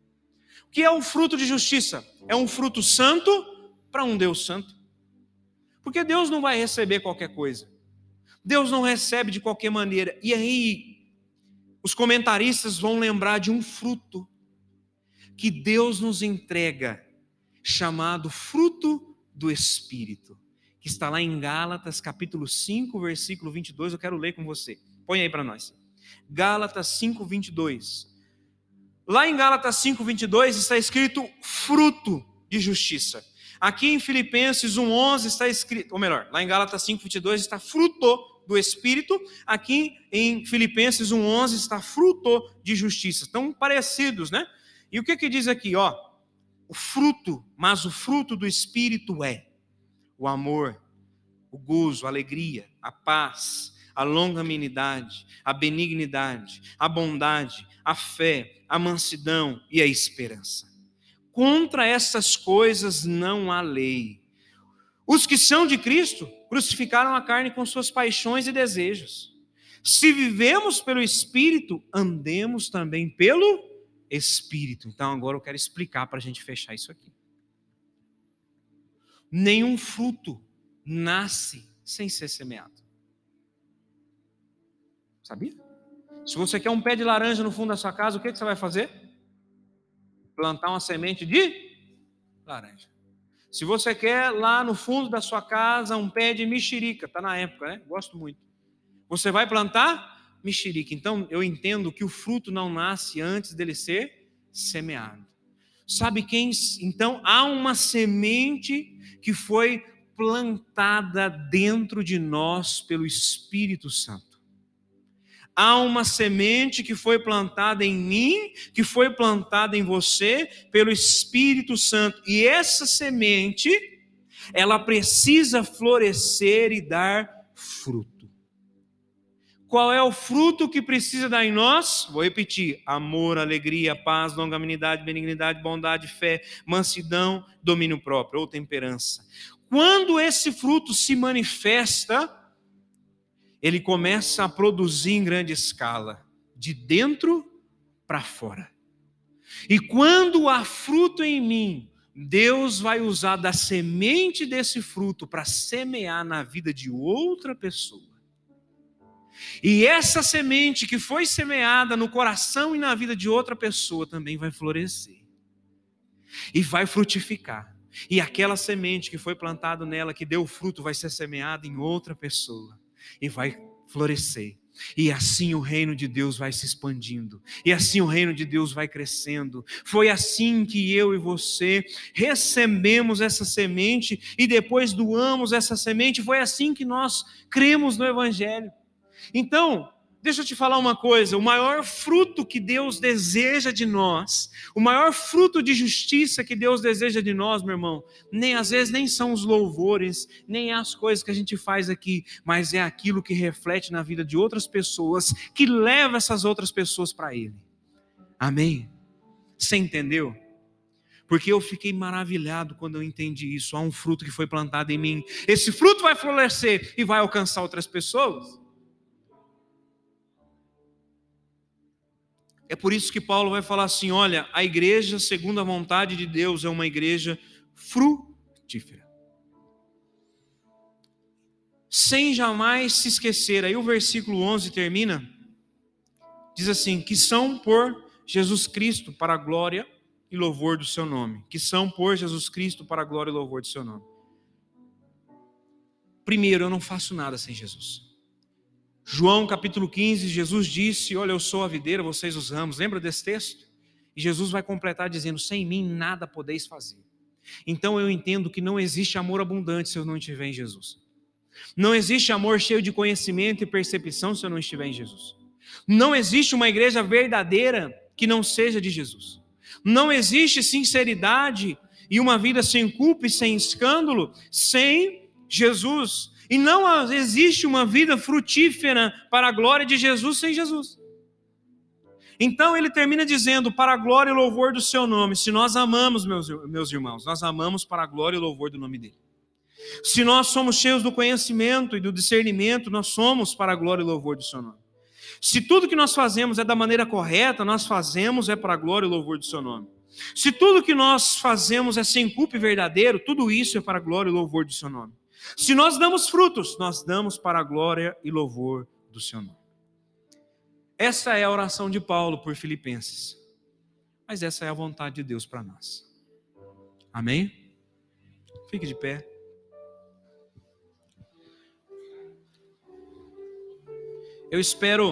O que é o fruto de justiça? É um fruto santo para um Deus santo. Porque Deus não vai receber qualquer coisa. Deus não recebe de qualquer maneira. E aí, os comentaristas vão lembrar de um fruto que Deus nos entrega, chamado fruto do Espírito, que está lá em Gálatas, capítulo cinco, versículo vinte e dois, eu quero ler com você. Põe aí para nós. Gálatas cinco, vinte e dois. Lá em Gálatas cinco, vinte e dois está escrito fruto de justiça. Aqui em Filipenses um, onze está escrito, ou melhor, lá em Gálatas cinco, vinte e dois está fruto do Espírito. Aqui em Filipenses um, onze está fruto de justiça. Estão parecidos, né? E o que que diz aqui, ó? O fruto, mas o fruto do Espírito é o amor, o gozo, a alegria, a paz, a longanimidade, a benignidade, a bondade, a fé, a mansidão e a esperança. Contra essas coisas não há lei. Os que são de Cristo crucificaram a carne com suas paixões e desejos. Se vivemos pelo Espírito, andemos também pelo Espírito. Então agora eu quero explicar para a gente fechar isso aqui. Nenhum fruto nasce sem ser semeado. Sabia? Se você quer um pé de laranja no fundo da sua casa, o que, que você vai fazer? Plantar uma semente de laranja. Se você quer lá no fundo da sua casa um pé de mexerica, está na época, né? Gosto muito. Você vai plantar mexerica. Então eu entendo que o fruto não nasce antes dele ser semeado. Sabe quem? Então há uma semente que foi plantada dentro de nós pelo Espírito Santo. Há uma semente que foi plantada em mim, que foi plantada em você pelo Espírito Santo. E essa semente, ela precisa florescer e dar fruto. Qual é o fruto que precisa dar em nós? Vou repetir: amor, alegria, paz, longanimidade, benignidade, bondade, fé, mansidão, domínio próprio ou temperança. Quando esse fruto se manifesta, ele começa a produzir em grande escala, de dentro para fora. E quando há fruto em mim, Deus vai usar da semente desse fruto para semear na vida de outra pessoa. E essa semente que foi semeada no coração e na vida de outra pessoa também vai florescer. E vai frutificar. E aquela semente que foi plantada nela, que deu fruto, vai ser semeada em outra pessoa. E vai florescer. E assim o reino de Deus vai se expandindo. E assim o reino de Deus vai crescendo. Foi assim que eu e você recebemos essa semente e depois doamos essa semente. Foi assim que nós cremos no Evangelho. Então, deixa eu te falar uma coisa: o maior fruto que Deus deseja de nós, o maior fruto de justiça que Deus deseja de nós, meu irmão, nem às vezes nem são os louvores, nem as coisas que a gente faz aqui, mas é aquilo que reflete na vida de outras pessoas, que leva essas outras pessoas para Ele. Amém? Você entendeu? Porque eu fiquei maravilhado quando eu entendi isso. Há um fruto que foi plantado em mim, esse fruto vai florescer e vai alcançar outras pessoas. É por isso que Paulo vai falar assim: olha, a igreja segundo a vontade de Deus é uma igreja frutífera. Sem jamais se esquecer, aí o versículo onze termina, diz assim: que são por Jesus Cristo para a glória e louvor do seu nome. Que são por Jesus Cristo para a glória e louvor do seu nome. Primeiro, eu não faço nada sem Jesus. João capítulo quinze, Jesus disse: olha, eu sou a videira, vocês os ramos. Lembra desse texto? E Jesus vai completar dizendo: sem mim nada podeis fazer. Então eu entendo que não existe amor abundante se eu não estiver em Jesus. Não existe amor cheio de conhecimento e percepção se eu não estiver em Jesus. Não existe uma igreja verdadeira que não seja de Jesus. Não existe sinceridade e uma vida sem culpa e sem escândalo sem Jesus. E não existe uma vida frutífera para a glória de Jesus sem Jesus. Então ele termina dizendo: para a glória e louvor do seu nome. Se nós amamos, meus, meus irmãos, nós amamos para a glória e louvor do nome dele. Se nós somos cheios do conhecimento e do discernimento, nós somos para a glória e louvor do seu nome. Se tudo que nós fazemos é da maneira correta, nós fazemos é para a glória e louvor do seu nome. Se tudo que nós fazemos é sem culpa e verdadeiro, tudo isso é para a glória e louvor do seu nome. Se nós damos frutos, nós damos para a glória e louvor do seu nome. Essa é a oração de Paulo por Filipenses. Mas essa é a vontade de Deus para nós. Amém? Fique de pé. Eu espero,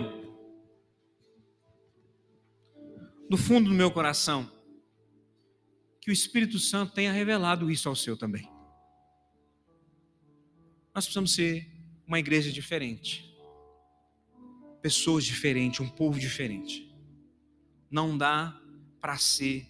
do fundo do meu coração, que o Espírito Santo tenha revelado isso ao seu também. Nós precisamos ser uma igreja diferente. Pessoas diferentes, um povo diferente. Não dá para ser,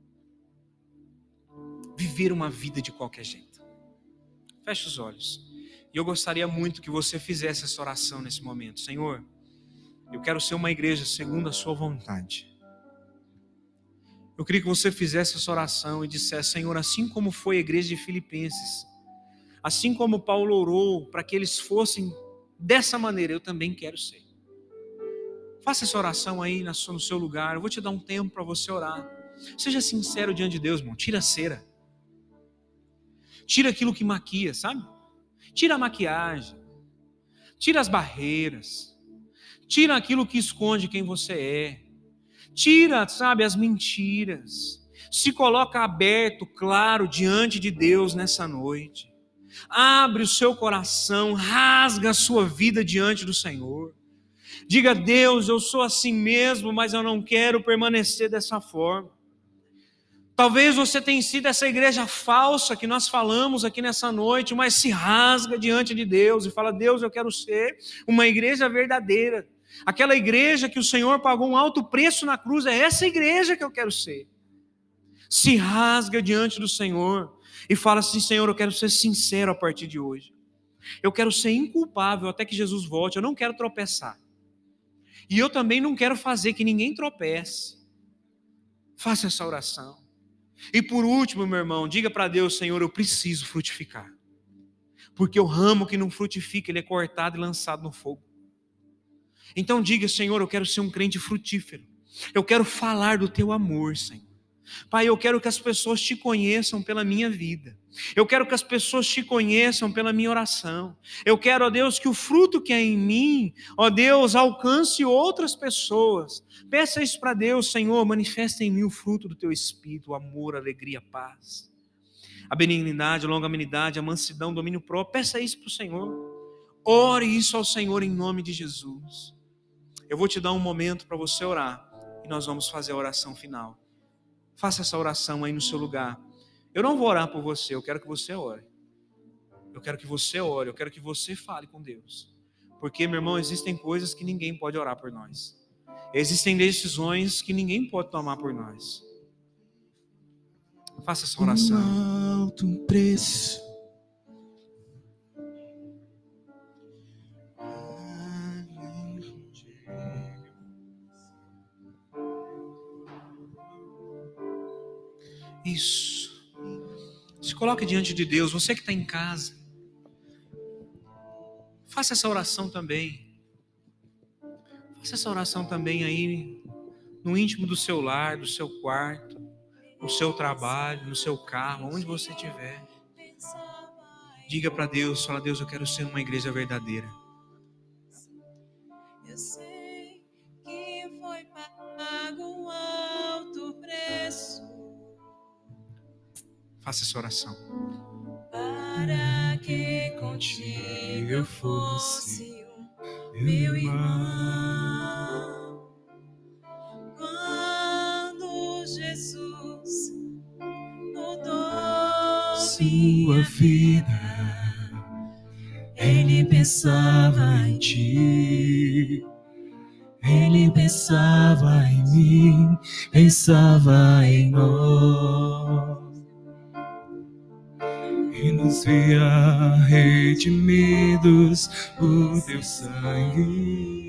viver uma vida de qualquer jeito. Feche os olhos. E eu gostaria muito que você fizesse essa oração nesse momento. Senhor, eu quero ser uma igreja segundo a sua vontade. Eu queria que você fizesse essa oração e dissesse: Senhor, assim como foi a igreja de Filipenses, Assim como Paulo orou para que eles fossem dessa maneira, eu também quero ser. Faça essa oração aí no seu lugar. Eu vou te dar um tempo para você orar. Seja sincero diante de Deus, irmão. Tira a cera. Tira aquilo que maquia, sabe? Tira a maquiagem. Tira as barreiras. Tira aquilo que esconde quem você é. Tira, sabe, as mentiras. Se coloca aberto, claro, diante de Deus nessa noite. Abre o seu coração, rasga a sua vida diante do Senhor. Diga: Deus, eu sou assim mesmo, mas eu não quero permanecer dessa forma. Talvez você tenha sido essa igreja falsa que nós falamos aqui nessa noite, mas se rasga diante de Deus e fala: Deus, eu quero ser uma igreja verdadeira. Aquela igreja que o Senhor pagou um alto preço na cruz, é essa igreja que eu quero ser. Se rasga diante do Senhor e fala assim: Senhor, eu quero ser sincero a partir de hoje. Eu quero ser inculpável até que Jesus volte, eu não quero tropeçar. E eu também não quero fazer que ninguém tropece. Faça essa oração. E por último, meu irmão, diga para Deus: Senhor, eu preciso frutificar. Porque o ramo que não frutifica, ele é cortado e lançado no fogo. Então diga: Senhor, eu quero ser um crente frutífero. Eu quero falar do teu amor, Senhor. Pai, eu quero que as pessoas te conheçam pela minha vida. Eu quero que as pessoas te conheçam pela minha oração. Eu quero, ó Deus, que o fruto que é em mim, ó Deus, alcance outras pessoas. Peça isso para Deus: Senhor, manifesta em mim o fruto do teu Espírito, o amor, a alegria, a paz, a benignidade, a longanimidade, a mansidão, o domínio próprio. Peça isso para o Senhor. Ore isso ao Senhor em nome de Jesus. Eu vou te dar um momento para você orar e nós vamos fazer a oração final. Faça essa oração aí no seu lugar. Eu não vou orar por você, eu quero que você ore. Eu quero que você ore, eu quero que você fale com Deus. Porque, meu irmão, existem coisas que ninguém pode orar por nós. Existem decisões que ninguém pode tomar por nós. Faça essa oração. Um alto preço. Isso. Se coloque diante de Deus. Você que está em casa, faça essa oração também. Faça essa oração também aí no íntimo do seu lar, do seu quarto, no seu trabalho, no seu carro, onde você estiver. Diga para Deus: fala, Deus, eu quero ser uma igreja verdadeira. Eu sei que foi pago um alto preço. Faça essa oração. Para que contigo eu fosse o meu irmão. Quando Jesus mudou Sua vida, Ele pensava em ti. Ele pensava em mim, pensava em nós. E nos via redimidos por teu sangue.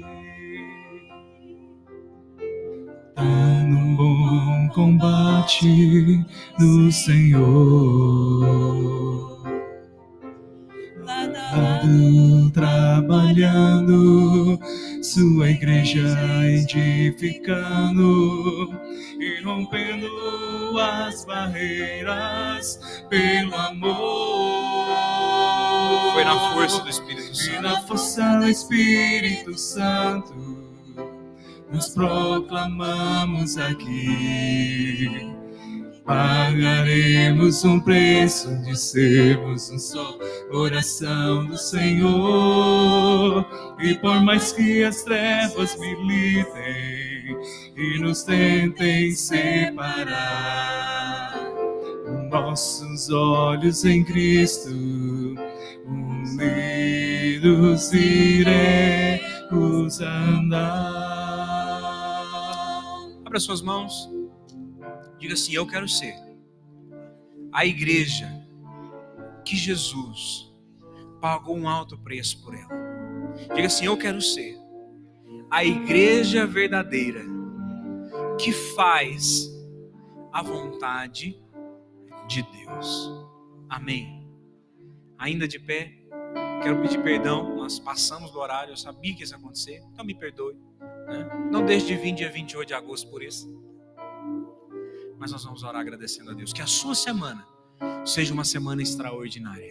Dando um bom combate no Senhor. Lado trabalhando, sua igreja edificando e rompendo as barreiras pelo amor. Foi na força do Espírito Santo. E na força do Espírito Santo nós proclamamos aqui. Pagaremos um preço de sermos um só oração do Senhor. E por mais que as trevas militem e nos tentem separar, nossos olhos em Cristo unidos iremos andar. Abra suas mãos. Diga assim: eu quero ser a igreja que Jesus pagou um alto preço por ela. Diga assim: eu quero ser a igreja verdadeira que faz a vontade de Deus. Amém. ainda de pé. Quero pedir perdão, nós passamos do horário, eu sabia que isso ia acontecer, então me perdoe, né? Não deixe de vir dia vinte e oito de agosto por isso. Mas nós vamos orar agradecendo a Deus. Que a sua semana seja uma semana extraordinária.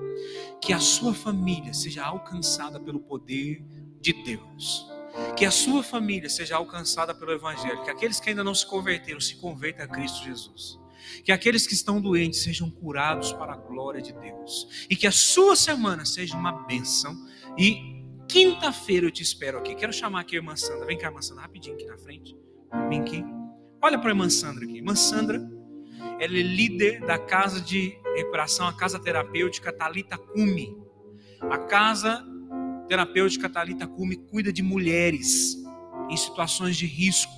Que a sua família seja alcançada pelo poder de Deus. Que a sua família seja alcançada pelo Evangelho. Que aqueles que ainda não se converteram se convertam a Cristo Jesus. Que aqueles que estão doentes sejam curados para a glória de Deus. E que a sua semana seja uma bênção. E quinta-feira eu te espero aqui. Quero chamar aqui a irmã Sandra. Vem cá, irmã Sandra, rapidinho aqui na frente. Vem aqui. Olha para a irmã Sandra aqui. Irmã Sandra, ela é líder da casa de recuperação, a casa terapêutica Talitha Kumi. A casa terapêutica Talitha Kumi cuida de mulheres em situações de risco.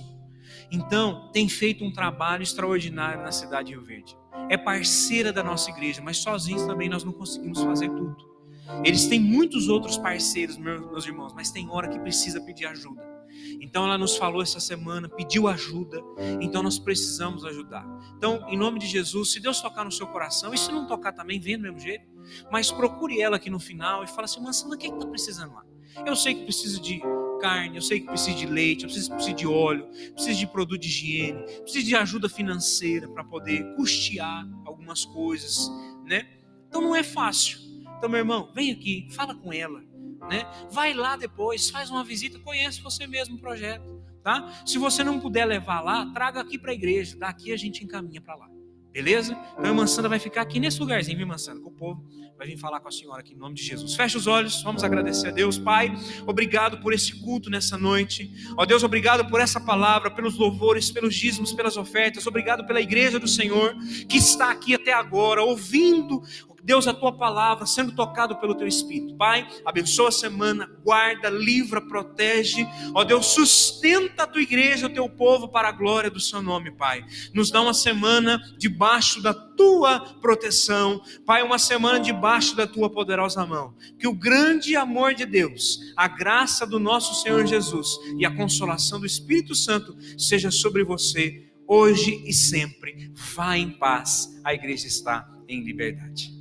Então, tem feito um trabalho extraordinário na cidade de Rio Verde. É parceira da nossa igreja, mas sozinhos também nós não conseguimos fazer tudo. Eles têm muitos outros parceiros, meus irmãos, mas tem hora que precisa pedir ajuda. Então ela nos falou essa semana, pediu ajuda, então nós precisamos ajudar. Então, em nome de Jesus, se Deus tocar no seu coração, e se não tocar também, vem do mesmo jeito, mas procure ela aqui no final e fala assim: irmã Sandra, o que está precisando lá? Eu sei que precisa de carne, eu sei que precisa de leite, eu preciso, preciso de óleo, preciso de produto de higiene, preciso de ajuda financeira para poder custear algumas coisas, né? Então não é fácil. Então, meu irmão, vem aqui, fala com ela, né? Vai lá depois, faz uma visita, conhece você mesmo o projeto, tá? Se você não puder levar lá, traga aqui para a igreja, daqui a gente encaminha para lá, beleza? Então a irmã Sandra vai ficar aqui nesse lugarzinho, viu, irmã Sandra? Que o povo vai vir falar com a senhora aqui em nome de Jesus. Fecha os olhos, vamos agradecer a Deus. Pai, obrigado por esse culto nessa noite. Ó Deus, obrigado por essa palavra, pelos louvores, pelos dízimos, pelas ofertas. Obrigado pela igreja do Senhor que está aqui até agora, ouvindo, Deus, a tua palavra, sendo tocado pelo teu Espírito. Pai, abençoa a semana, guarda, livra, protege. Ó Deus, sustenta a tua igreja, o teu povo para a glória do seu nome, Pai. Nos dá uma semana debaixo da tua proteção, Pai, uma semana debaixo da tua poderosa mão. Que o grande amor de Deus, a graça do nosso Senhor Jesus e a consolação do Espírito Santo seja sobre você hoje e sempre. Vá em paz, a igreja está em liberdade.